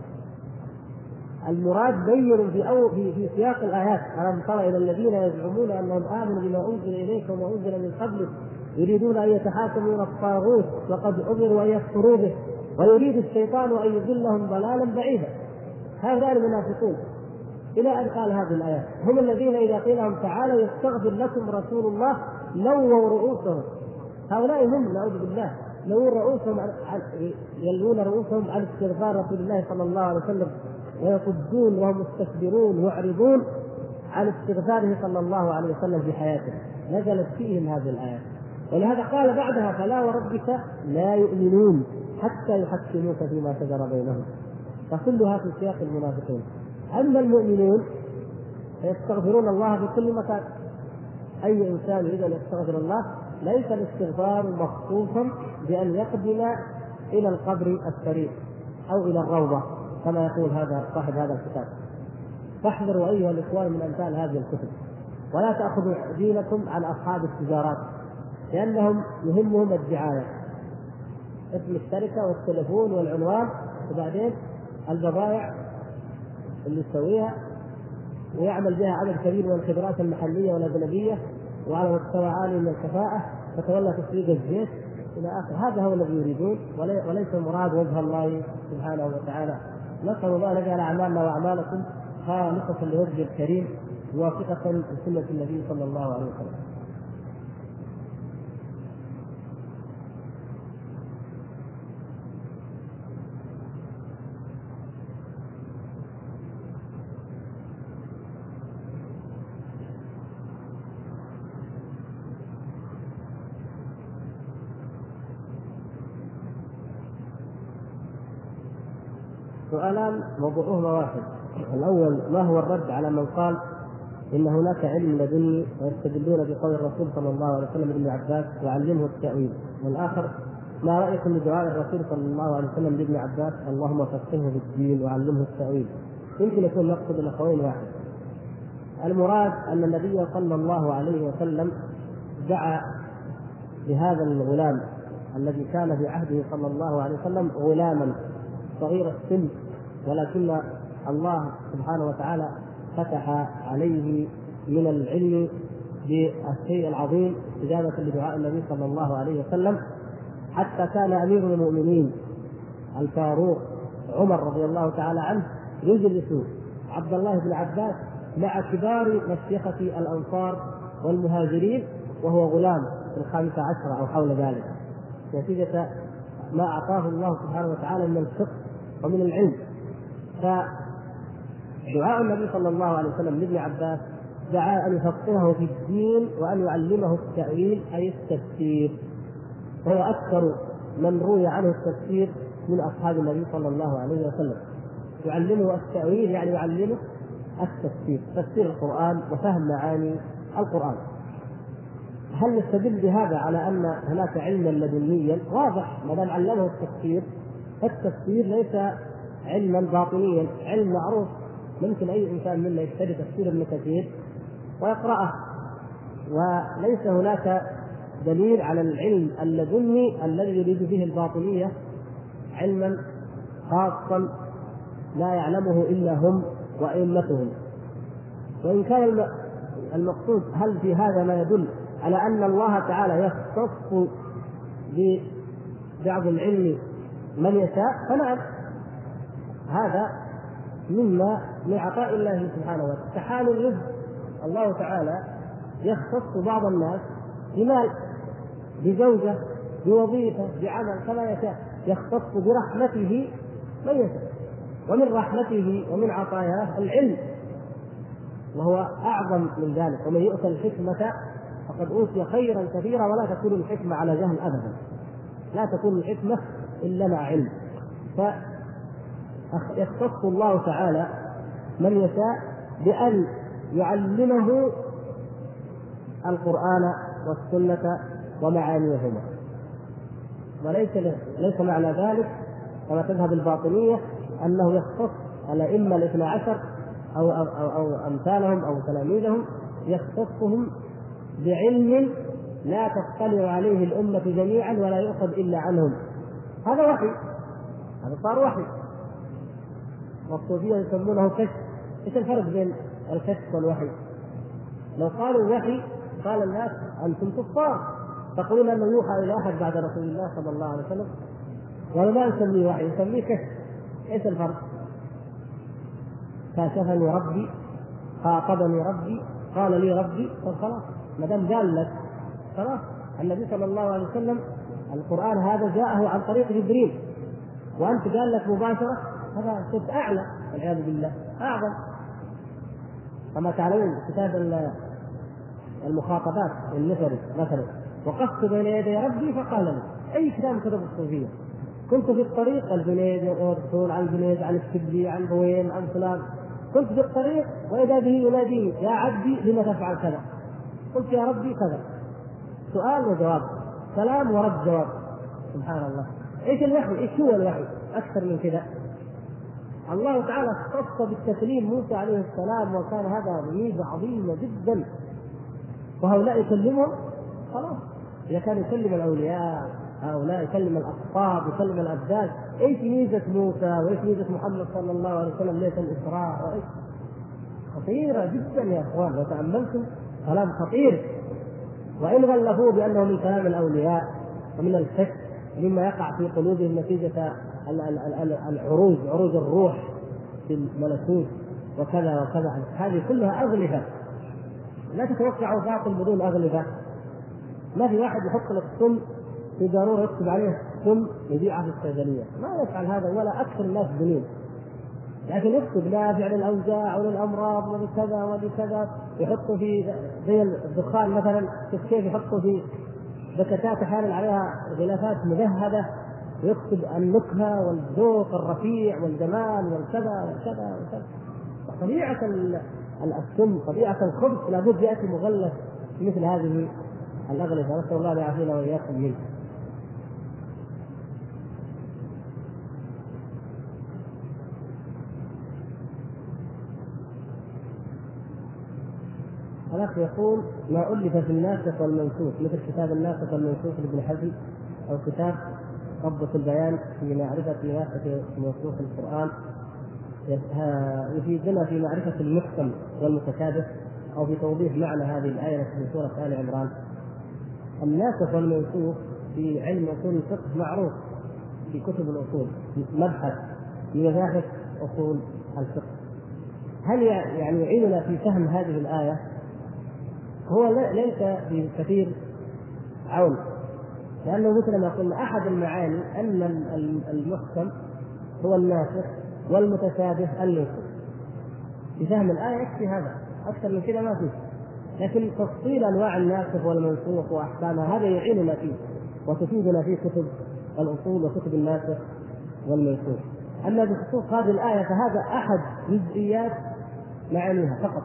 Speaker 1: المراد بين في أو في, في سياق الآيات ألم تر إلى الذين يزعمون أنهم آمنوا بما أنزل إليكم وأنزل من قبلك يريدون أن يتحاكموا إلى الطاغوت وقد أمروا أن يكفروا به ويريد الشيطان أن يضلهم ضلالا بعيدا. هؤلاء المنافقون إلى أن قال هذه الآيات هم الذين إذا قيل لهم تعالوا يستغفر لكم رسول الله لووا رؤوسهم. هؤلاء هم نعوذ بالله لووا رؤوسهم يلوون رؤوسهم عن استغفار رسول الله صلى الله عليه وسلم ويصدون وهم مستكبرون ويعرضون عن استغفاره صلى الله عليه وسلم في حياته. نزلت فيهم هذه الآيات، ولهذا قال بعدها فلا وربك لا يؤمنون حتى يحكموك فيما شجر بينهم. فكلها في سياق المنافقين. أما المؤمنون يستغفرون الله في كل مكان. أي إنسان يريد أن يستغفر الله ليس الاستغفار مخصوصا بأن يقدم إلى القبر الشريف أو إلى الروضة كما يقول هذا صاحب هذا الكتاب. فاحذروا أيها الإخوان من أمثال هذه الكتب، ولا تأخذوا دينكم عن أصحاب التجارات لأنهم يهمهم الدعاية، اسم الشركة والتلفون والعنوان وبعدين البضائع اللي يسويها ويعمل بها عدد كبير من الخبرات المحلية والأجنبية وعلى مستوى عالي من الكفاءة فتولى تسويق الزيت إلى آخر. هذا هو الذي يريدون وليس المراد وجه الله سبحانه وتعالى. نسأل الله أن يجعل أعمالنا وأعمالكم خالصة لوجهه الكريم موافقة لسنة النبي صلى الله عليه وسلم. سؤالان موضوعهما واحد. الأول ما هو الرد على من قال إن هناك علم لدني ويستدلون بقول الرسول صلى الله عليه وسلم لابن عباس وعلمه التأويل. والآخر ما رأيكم بدعاء الرسول صلى الله عليه وسلم لابن عباس اللهم فقهه في الدين وعلمه التأويل؟ يمكن يكون مقصد الأخوين واحد. المراد أن النبي صلى الله عليه وسلم دعا بهذا الغلام الذي كان في عهده صلى الله عليه وسلم غلاما صغير السن، ولكن الله سبحانه وتعالى فتح عليه من العلم بالشيء العظيم إجابة لدعاء النبي صلى الله عليه وسلم، حتى كان أمير المؤمنين الفاروق عمر رضي الله تعالى عنه يجلس عبد الله بن عباس مع كبار مشيخة الأنصار والمهاجرين وهو غلام في الخامسة عشرة أو حول ذلك، نتيجة ما أعطاه الله سبحانه وتعالى من الفقه ومن العلم. فدعاء النبي صلى الله عليه وسلم لابن عباس دعا أن يفقهه في الدين وأن يعلمه التأويل أي التفسير، وهو أكثر من روي عنه التفسير من أصحاب النبي صلى الله عليه وسلم. يعلمه التأويل يعني يعلمه التفسير، تفسير القرآن وفهم معاني القرآن. هل نستدل بهذا على أن هناك علما لدنيا؟ واضح، ما دام علمه التفسير فالتفسير ليس علما باطنيا، علم معروف ممكن أي إنسان منا يشتري تفسير ابن كثير ويقرأه، وليس هناك دليل على العلم اللدني الذي يريد به الباطنية علما خاصا لا يعلمه إلا هم وأئمتهم. وإن كان المقصود هل في هذا ما يدل على أن الله تعالى يختص ببعض العلم من يشاء؟ فنعم، هذا مما من عطاء الله سبحانه وتعالى. تحال الرزق، الله تعالى يختص بعض الناس بمال، بزوجة، بوظيفة، بعمل كما يشاء، يختص برحمته من يشاء. ومن رحمته ومن عطاياه العلم، وهو أعظم من ذلك. ومن يؤتى الحكمة فقد أوتي خيرا كثيرا، ولا تكون الحكمة على جهل أبدا، لا تكون الحكمة إلا مع علم. فيختص الله تعالى من يشاء بأن يعلمه القرآن والسنة ومعانيهما، وليس ليس معنى ذلك كما تذهب الباطنية أنه يختص الأئمة الاثنى عشر أو, أو, أو, أو أمثالهم أو تلاميذهم، يختصهم بعلم لا تطلع عليه الأمة جميعا ولا يؤخذ إلا عنهم. هذا وحي، هذا صار وحي. والصوفية يسمونه كشف. ايش الفرق بين الكشف والوحي؟ لو قالوا وحي قال الناس أنتم كفار، تقولون أنه يوحى إلى أحد بعد رسول الله صلى الله عليه وسلم، ولا ما نسميه وحي، نسميه كشف. ايش الفرق؟ كاشفني ربي، خاطبني ربي، قال لي ربي، فخلاص ما دام قال لك خلاص. النبي صلى الله عليه وسلم القرآن هذا جاءه عن طريق جبريل، وأنت قال لك مباشرة، هذا صوت أعلى والعياذ بالله، أعظم. كما تعلمون كتاب المخاطبات النفري مثلا، وقفت بين يدي ربي فقال لي، أي كتاب كتب الصوفية. كنت في الطريق الجنيد يرسل عن الجنيد عن الشبلي عن بوين عن فلان، كنت في الطريق وإذا به يناديني يا عبدي لما تفعل كذا، قلت يا ربي كذا، سؤال وجواب، كلام ورد جواب. سبحان الله. ايش الوحي؟ ايش هو الوحي اكثر من كذا؟ الله تعالى اختص بالتكليم موسى عليه السلام، وكان هذا ميزة عظيمة جدا. وهؤلاء يكلمهم خلاص، إذا كان يكلم الأولياء، هؤلاء يكلم الأقطاب، يكلم الأبدان. ايش ميزة موسى وايش ميزة محمد صلى الله عليه وسلم ليس الإسراء؟ وإيش خطيرة جدا يا اخوان، لو تأملتم كلام خطير. وإن غلفوه بأنه من كلام الأولياء ومن الفكر مما يقع في قلوبهم نتيجة العروج، عروج الروح في الملكوت وكذا وكذا، هذه كلها أغلفة. لا تتوقعوا باطل بدون أغلفة. ما في واحد يحط لك سم في ضرورة يكتب عليه سم يبيعها في الصيدلية، ما يفعل هذا ولا أكثر الناس بنين، لكن يكتب نافع للأوجاع وللأمراض ولكذا ولكذا، يحطوا في زي الدخان مثلا، كيف يحطوا في بكتات احيانا عليها غلافات مذهبه، ويكتب النكهه والذوق الرفيع والجمال والكذا والكذا والكذا. طبيعه السم، طبيعه الخبث لابد ياتي مغلف مثل هذه الاغلفه، نسال الله ان يعافينا واياكم منه. الأخ يقول ما ألف في الناسخ والمنسوخ مثل كتاب الناسخ والمنسوخ لابن حزم، أو كتاب قبضة البيان في معرفة ناسخ ومنسوخ القرآن، يفيدنا في معرفة المحكم والمتشابه، أو في توضيح معنى هذه الآية في سورة آل عمران. الناسخ والمنسوخ في علم أصول الفقه معروف في كتب الأصول، مبحث من مباحث أصول الفقه. هل يعني يعيننا في فهم هذه الآية؟ هو ليس بكثير عون، لأنه مثل ما قلنا أحد المعاني أن المحكم هو الناسخ والمتشابه المنسوخ. بفهم الآية يكفي هذا، أكثر من كذا ما فيه. لكن تفصيل أنواع الناسخ والمنسوخ وأحكامها هذا يعيننا فيه وتفيدنا في كتب الأصول وكتب الناسخ والمنسوخ. أما بخصوص هذه الآية فهذا أحد جزئيات معانيها فقط.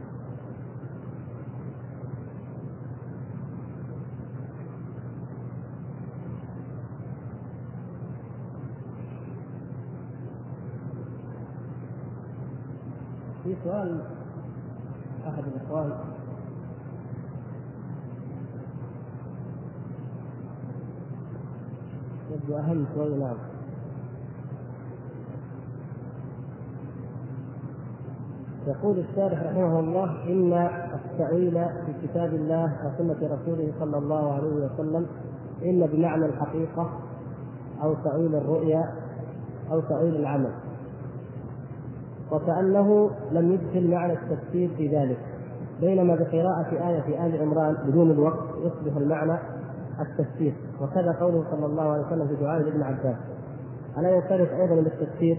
Speaker 1: في سؤال أحد الإخوان يبدو أهم شوي. نعم، يقول الشارح رحمه الله إن التأويل في كتاب الله وسنة رسوله صلى الله عليه وسلم إما بمعنى الحقيقة أو تأويل الرؤيا أو تأويل العمل، وكأنه لم يدخل معنى التفسير في ذلك، بينما بقراءة آية في آل عمران بدون الوقت يصبح المعنى التفسير. وكذا قوله صلى الله عليه وسلم في دعاء ابن عباس. ألا ينصرف أيضا للتفسير؟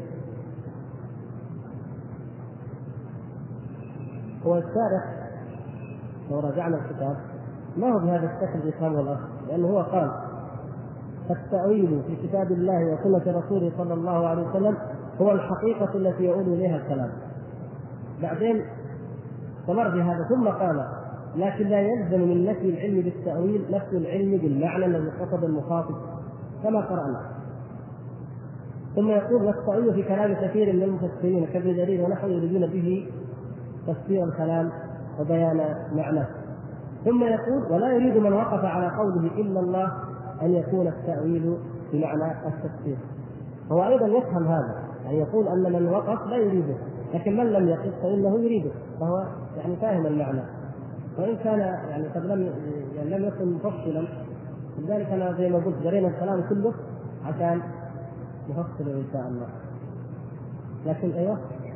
Speaker 1: هو الشارح لو راجعنا الكتاب ما هو بهذا الشكل يفهمه الأخ، لأنه هو قال التأويل في كتاب الله وسنة رسوله صلى الله عليه وسلم هو الحقيقة التي يؤول إليها الكلام. بعدين استمر في هذا ثم قال لكن لا يلزم من نفي العلم بالتأويل نفي العلم بالمعنى الذي قصد المخاطب كما قرأنا. ثم يقول والتأويل في كلام كثير من المفسرين كابن جرير ونحن يريدون به تفسير الكلام وبيان معناه. ثم يقول ولا يريد من وقف على قوله إلا الله أن يكون التأويل بمعنى التفسير. هو أيضا يفهم هذا، يعني يقول أن من وقف لا يريده، لكن من لم يقف فإنه يريده، فهو يعني فاهم المعنى، وإن كان يعني قد لم يعني لم يكن مفصلا. لذلك أنا زي ما قلت جرينا الكلام كله عشان نفصله إن شاء الله. لكن أيوه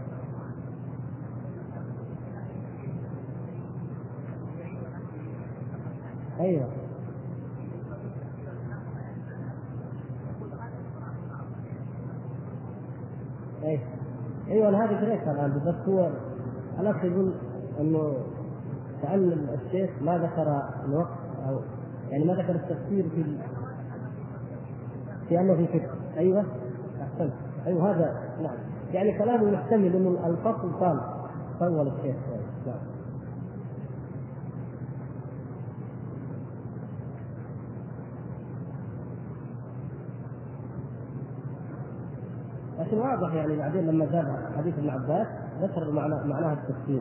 Speaker 1: أيوه أيوه أيوه هذه طريقة الآن. بس هو الأخ يقول إنه كأن الشيخ ما ذكر الوقت أو يعني ما ذكر التفسير في ال... في أنه في فكر. أيوه أحسنت. أيوه هذا نعم، يعني كلامه محتمل إنه الفصل طال طول الشيخ. نعم. لكن واضح يعني بعدين لما جاب حديث ابن عباس ذكر معنى معناها التفسير.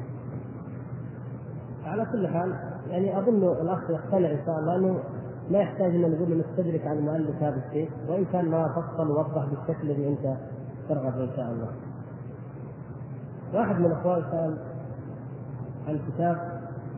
Speaker 1: على كل حال يعني أظن الأخ يقتنع إن شاء الله أنه لا يحتاج أن نقول نستدرك على المؤلف هذا الشيء، وإن كان ما فصل ووضح بالشكل الذي أنت ترغب إن شاء الله. واحد من الأخوان سأل عن كتاب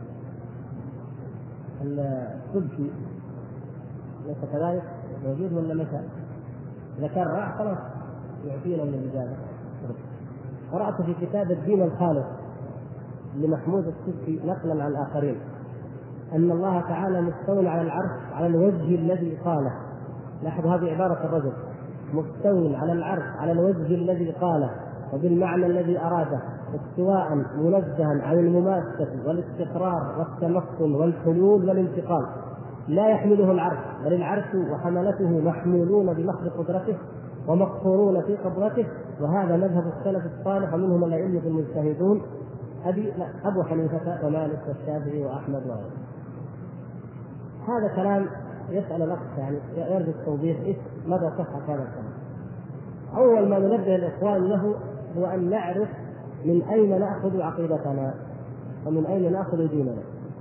Speaker 1: السبكي، ليس كذلك موجود ولا متى؟ إذا كان راح خلاص يعطينا من الإجابة. قرأت في كتاب الدين الخالص لمحمود السبكي نقلا عن آخرين أن الله تعالى مستوى على العرش على الوجه الذي قاله. لاحظوا هذه عبارة الرجل، مستوى على العرش على الوجه الذي قاله وبالمعنى الذي أراده، استواء منزها عن المماسة والاستقرار والتمكن والحلول والانتقال، لا يحمله العرش بل العرش وحملته محمولون بمحض قدرته ومقصورون في قدرته. وهذا مذهب السلف الصالح ومنهم الأئمة المجتهدون أبي أبو حنيفة ومالك والشافعي وأحمد وغيره. هذا كلام يسأل الأخ يعني يرجو التوضيح إيش ماذا صحة هذا الكلام. أول ما ننبه الإخوان له هو أن نعرف من أين نأخذ عقيدتنا. ومن أين نأخذ ديننا؟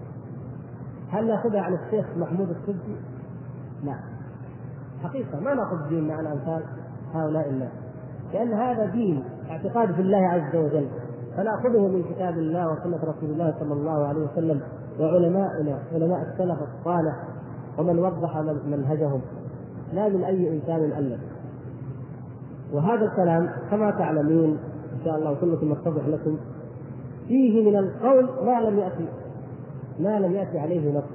Speaker 1: هل نأخذها عن الشيخ محمود السبكي؟ لا، حقيقة ما نأخذ ديننا عن أمثال هؤلاء الناس، لأن هذا دين اعتقاد في الله عز وجل، فنأخذه من كتاب الله وسنة رسول الله صلى الله عليه وسلم وعلمائنا علماء السلف الصالح ومن وضح منهجهم، لا من أي إنسان ألف. وهذا الكلام كما تعلمون إن شاء الله كلكم يتضح لكم فيه من القول ما لم يأتي ما لم يأتي عليه نص.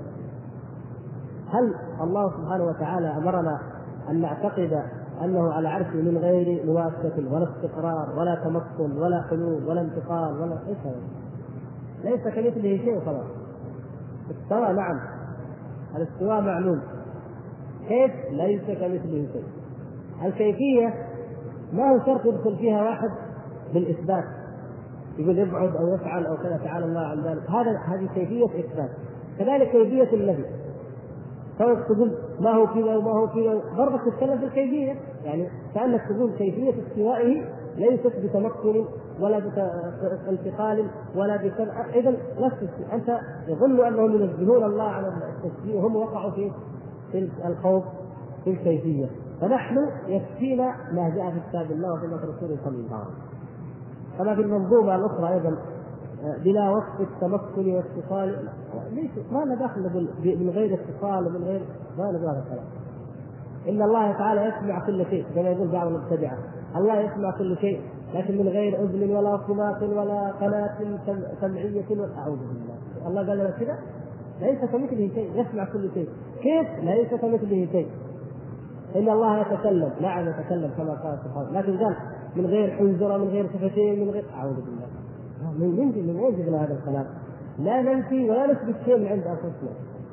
Speaker 1: هل الله سبحانه وتعالى أمرنا أن نعتقد أنه على عرشه من غير مواسطة ولا استقرار ولا تمكن ولا حلول ولا انتقال ولا ايش هذا؟ ليس كمثله شيء خلاص. استوى، نعم الاستواء معلوم، كيف؟ ليس كمثله شيء. الكيفية ما هو شرط يدخل فيها واحد بالإثبات يقول يبعد أو يفعل أو كذا، تعالى الله عن ذلك، هذا هذه كيفية إثبات. كذلك كيفية النفي، فوق تقول ما هو كذا وما هو كذا، برضك تتكلم في الكيفية، يعني كأنك تقول كيفية استوائه ليست بتمكن ولا بانتقال ولا بكذا، إذا نفس أنت يظن أنهم ينزهون الله على التشبيه وهم وقعوا في في الخوف في الكيفية. فنحن يكفينا ما جاء في كتاب الله وسنة رسوله صلى الله عليه وسلم. كما في المنظومة الأخرى أيضا بلا وصف التمكن والاتصال، ليس ما لنا داخل من غير اتصال ومن غير ما لنا داخل الكلام. إن الله تعالى يسمع كل شيء كما يقول بعض المبتدعة، الله يسمع كل شيء لكن من غير أذن ولا صمات ولا قناة سمعية ولا، أعوذ بالله. الله قال لنا كذا ليس كمثله شيء، يسمع كل شيء. كيف؟ ليس كمثله شيء. إن الله يتكلم، نعم يتكلم كما قال سبحانه، لكن قال من غير حنجرة من غير شفتين من غير، أعوذ بالله. من ينزل من ينزل هذا الكلام؟ لا ننفي ولا نثبت شيء من عند أنفسنا.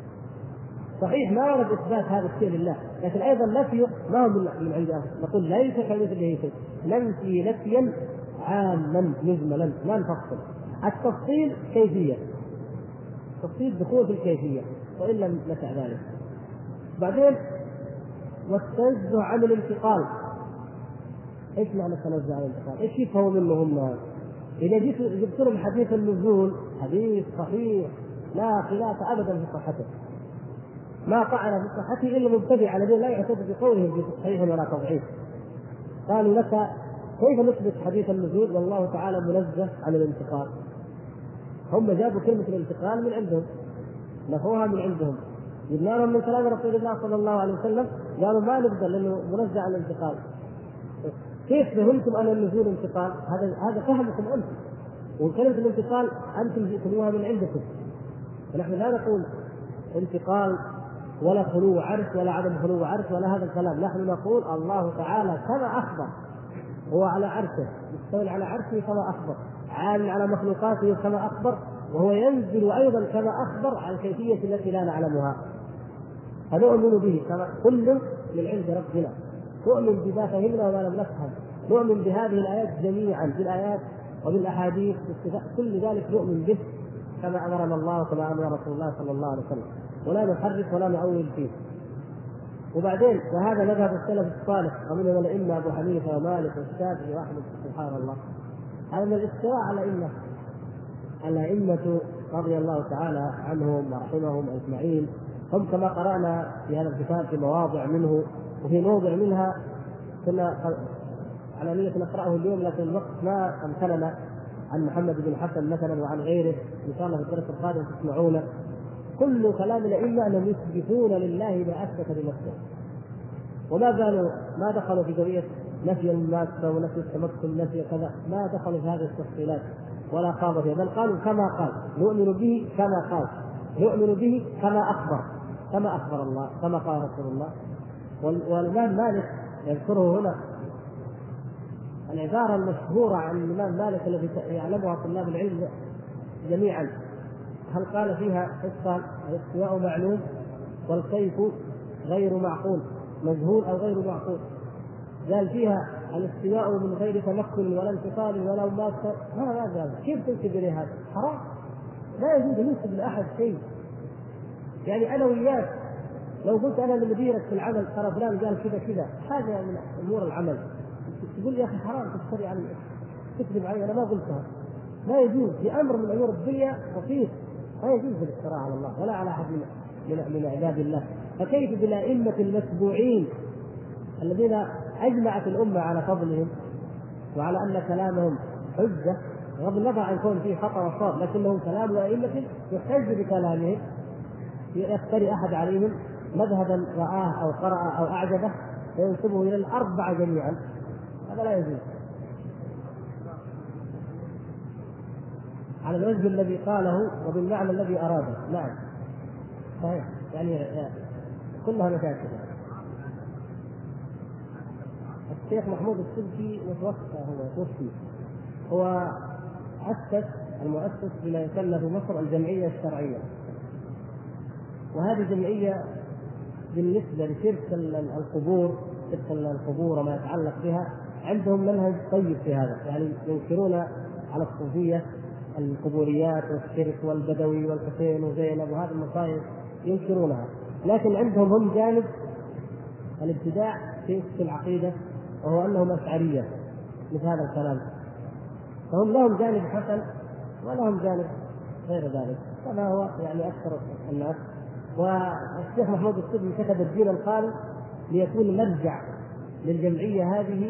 Speaker 1: صحيح ما ورد إثبات هذا الشيء لله، لكن أيضا نفي ما هو من عند أنفسنا. نقول ليس كمثله شيء، ننفي نفيا عاما مجملا لا نفصل. التفصيل كيفية، التفصيل دخول في الكيفية وإن لم نفع ذلك. بعدين والتنزه عن الانتقال. ايش معنى التنزه عن الانتقال؟ ايش يفهموا منه هم؟ إذا جيت جبت لهم حديث النزول حديث صحيح لا خلاف أبدا في صحته، ما طعن في صحته إلا مبتدع الذين لا يعتد بقولهم بصحيح ولا تضعيف. قالوا لك كيف نثبت حديث النزول والله تعالى منزه عن الانتقال؟ هم جابوا كلمة الانتقال من عندهم، نفوها من عندهم، جبنا لهم من كلام رسول الله صلى الله عليه وسلم قالوا ما نقدر لأنه منزه عن الانتقال. كيف فهمتم أن النزول انتقال؟ هذا هذا فهمكم أنتم، وكلمة الانتقال أنتم جئتموها من عندكم. ونحن لا نقول انتقال ولا خلو عرش ولا عدم خلو عرش ولا هذا الكلام، نحن نقول الله تعالى كما أخبر هو على عرشه، يستوي على عرشه كما أخبر، عال على مخلوقاته كما أخبر، وهو ينزل أيضا كما أخبر عن الكيفية التي لا نعلمها. فنؤمن به كما كل من عند ربنا، نؤمن بما فهمنا وما لم نفهم، نؤمن بهذه الآيات جميعا بالآيات وبالأحاديث كل ذلك نؤمن به كما أمرنا الله وكما أمر رسول الله صلى الله عليه وسلم، ولا نحرف ولا نعول فيه. وبعدين وهذا مذهب السلف الصالح ومنهم الأئمة أبو حنيفة ومالك والشافعي وأحمد سبحان الله. هذا من الاستواء على الأئمة الأئمة رضي الله تعالى عنهم ورحمهم أجمعين، هم كما قرأنا في هذا الكتاب في مواضع منه، وفي موضع منها كنا على نية نقرأه اليوم لكن الوقت ما أمكننا، عن محمد بن حسن مثلا وعن غيره، إن شاء الله في الدرس القادم تسمعونه. كل كلام الأئمة أنهم يثبتون لله ما أثبت لنفسه، وما قالوا ما دخلوا في قضية نفي المادة ونفي التمكن نفي كذا، ما دخلوا في هذه التفصيلات ولا خاضوا فيها، بل قالوا كما قال، نؤمن به كما قال، نؤمن به كما أخبر، كما أخبر الله كما قال رسول الله. والإمام مالك يذكره هنا العبارة المشهورة عن الإمام مالك التي يعلمها طلاب العلم جميعا، هل قال فيها قال الاستواء معلوم والكيف غير معقول، مجهول أو غير معقول. قال فيها الاستواء من غير تمكن ولا انتقال ولا ماسة، ما هذا كيف تنسب إليه هذا؟ حرام، لا يجوز أن ينسب لأحد شيء. يعني أنا وياك لو قلت أنا لمديرك في العمل ترى فلان قال كذا كذا، هذا من أمور العمل، تقول يا أخي حرام تفتري علي، تكذب علي، أنا ما قلتها، لا يجوز في امر من امور الدنيا بسيط، لا يجوز الافتراء على الله ولا على احد من من من عباد الله. فكيف بالائمه المتبوعين الذين اجمعت الامه على فضلهم وعلى ان كلامهم حجه، بغض النظر عن كون فيه خطا وصواب، لكنهم كلام ائمه يحتج بكلامهم، يفتري احد عليهم مذهبا رآه او قرأ او اعجبه وينسبه الى الاربعه جميعا، هذا لا يجوز على الوجه الذي قاله وبالمعنى الذي اراده. نعم صحيح، يعني كلها مشاكل. الشيخ محمود السبكي متوفى، هو توفي، هو أسس المؤسس بما يسمى في مصر الجمعية الشرعية، وهذه الجمعية بالنسبة لشرك القبور شرك القبور وما يتعلق بها عندهم منهج طيب في هذا، يعني ينكرون على الصوفية القبوريات والشرك والبدوي والحسين وزينب وهذه المصايب ينكرونها، لكن عندهم هم جانب الابتداع في العقيدة وهو أنهم أشعرية مثل هذا الكلام، فهم لهم جانب حسن ولهم جانب غير ذلك، كما هو يعني أكثر الناس. والشيخ محمود السبكي كتب الدين الخالص ليكون مرجع للجمعية هذه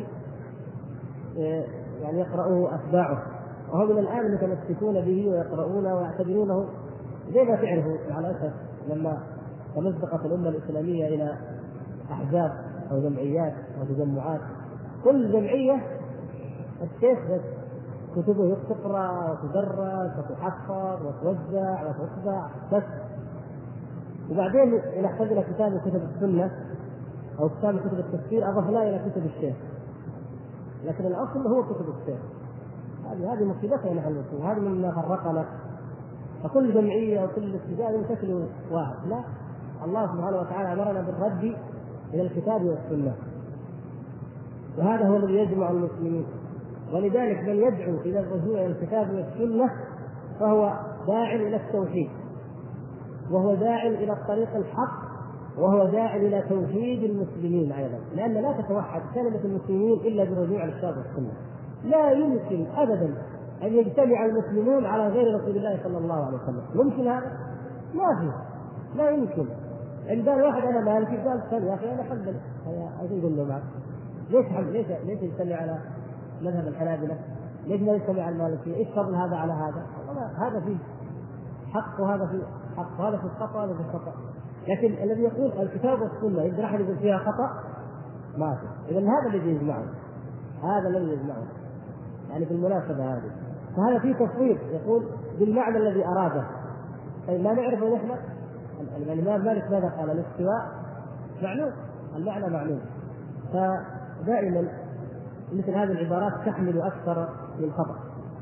Speaker 1: يعني يقرأه أتباعه، وهم من الآن متمسكون به ويقرؤونه ويعتبرونه زي ما تعرفوا مع الأسف لما تمزقت الأمة الإسلامية إلى أحزاب أو جمعيات أو تجمعات، كل جمعية الشيخ بس كتبه تقرأ وتدرس وتحفظ وتوزع وتطبع بس، وبعدين إذا احتاجنا كتاب من كتب السنة أو كتاب من كتب التفسير أضفناه إلى كتب الشيخ، لكن الأصل هو كتب الشيخ. هذه هذه مصيبتنا نحن المسلمين، هذا مما فرقنا، فكل جمعية وكل اتجاه يمتثل واحد، لا، الله سبحانه وتعالى أمرنا بالرد إلى الكتاب والسنة، وهذا هو الذي يجمع المسلمين. ولذلك من يدعو إلى الرجوع إلى الكتاب والسنة فهو داع إلى التوحيد، وهو داع إلى الطريق الحق، وهو داع إلى توحيد المسلمين أيضا، لأن لا تتوحد كلمة المسلمين إلا بالرجوع إلى الكتاب والسنة. لا يمكن أبدا أن يجتمع المسلمون على غير رسول الله صلى الله عليه وسلم، ممكن هذا؟ ما في، لا يمكن. عند واحد أنا مالكي قال قال يا أخي أنا حنبلي، أيش يقول له معك؟ ليش حل... ليش ليش يجتمع على مذهب الحنابلة؟ ليش ما يجتمع على المالكية؟ إيش فضل هذا على هذا؟ هذا فيه حق وهذا فيه حق، هذا في الخطأ وهذا في الخطأ، لكن الذي يقول الكتاب والسنة يقدر أحد يقول فيها خطأ؟ ما في. إذا هذا الذي يجمعنا، هذا الذي يجمعنا يعني في المناسبة هذه، فهذا فيه تصوير يقول بالمعنى الذي أراده. طيب ما نعرف نحن الإمام مالك ماذا قال؟ الاستواء معلوم، المعنى معلوم، فدائما مثل هذه العبارات تحمل أكثر من خطأ.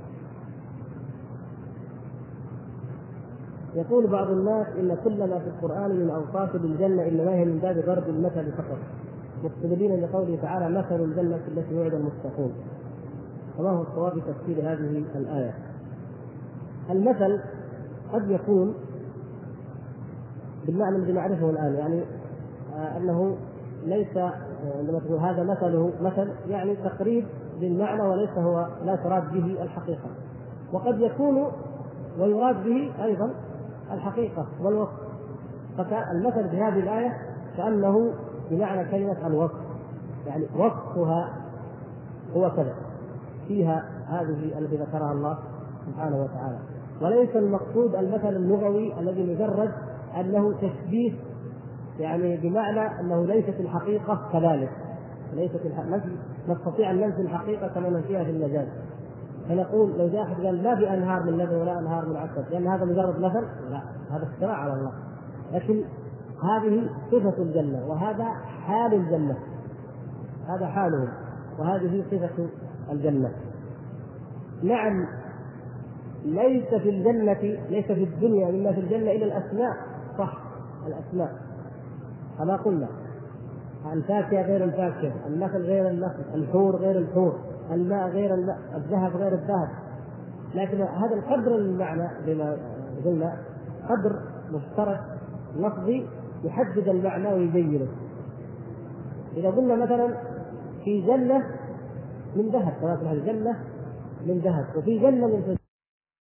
Speaker 1: يقول بعض الناس إن كل ما في القرآن من أوصاف بالجنة إنما هي من باب ضرب المثل فقط، مستدلين لقوله تعالى مثل الجنة التي وعد المتقون. فما هو الصواب في تفسير هذه الآية؟ المثل قد يكون بالمعنى الذي نعرفه الآن، يعني آه أنه ليس عندما تقول هذا مثله مثل يعني تقريب للمعنى وليس هو لا تراد به الحقيقة، وقد يكون ويراد به أيضا الحقيقة والوصف. فالمثل في هذه الآية كأنه بمعنى كلمة الوصف، يعني وصفها هو كذا، فيها هذه التي ذكرها الله سبحانه وتعالى، وليس المقصود المثل اللغوي الذي مجرد أنه تشبيه، يعني بمعنى أنه ليست الحقيقة كذلك، ليست الحقيقة نستطيع أن ننفي الحقيقة كما ننفيها في المجاز، فنقول لو جاء أحد قال ما في أنهار من لبن ولا أنهار من عسل لأن هذا مجرد مثل، لا، هذا افتراء على الله، لكن هذه صفة الجنة وهذا حال الجنة، هذا حالهم وهذه صفة الجنة. نعم ليس في الجنة ليس في الدنيا مما في الجنة إلا الأسماء، صح، الأسماء كما قلنا، الفاكهة غير الفاكهة، النخل غير النخل، الحور غير الحور، الماء غير الماء، الذهب غير الذهب، لكن هذا القدر المعنى بما قلنا قدر مشترك لفظي يحدد المعنى ويبينه. إذا قلنا مثلا في جنة من ذهب، كما في الجنة من ذهب، وفي جنة من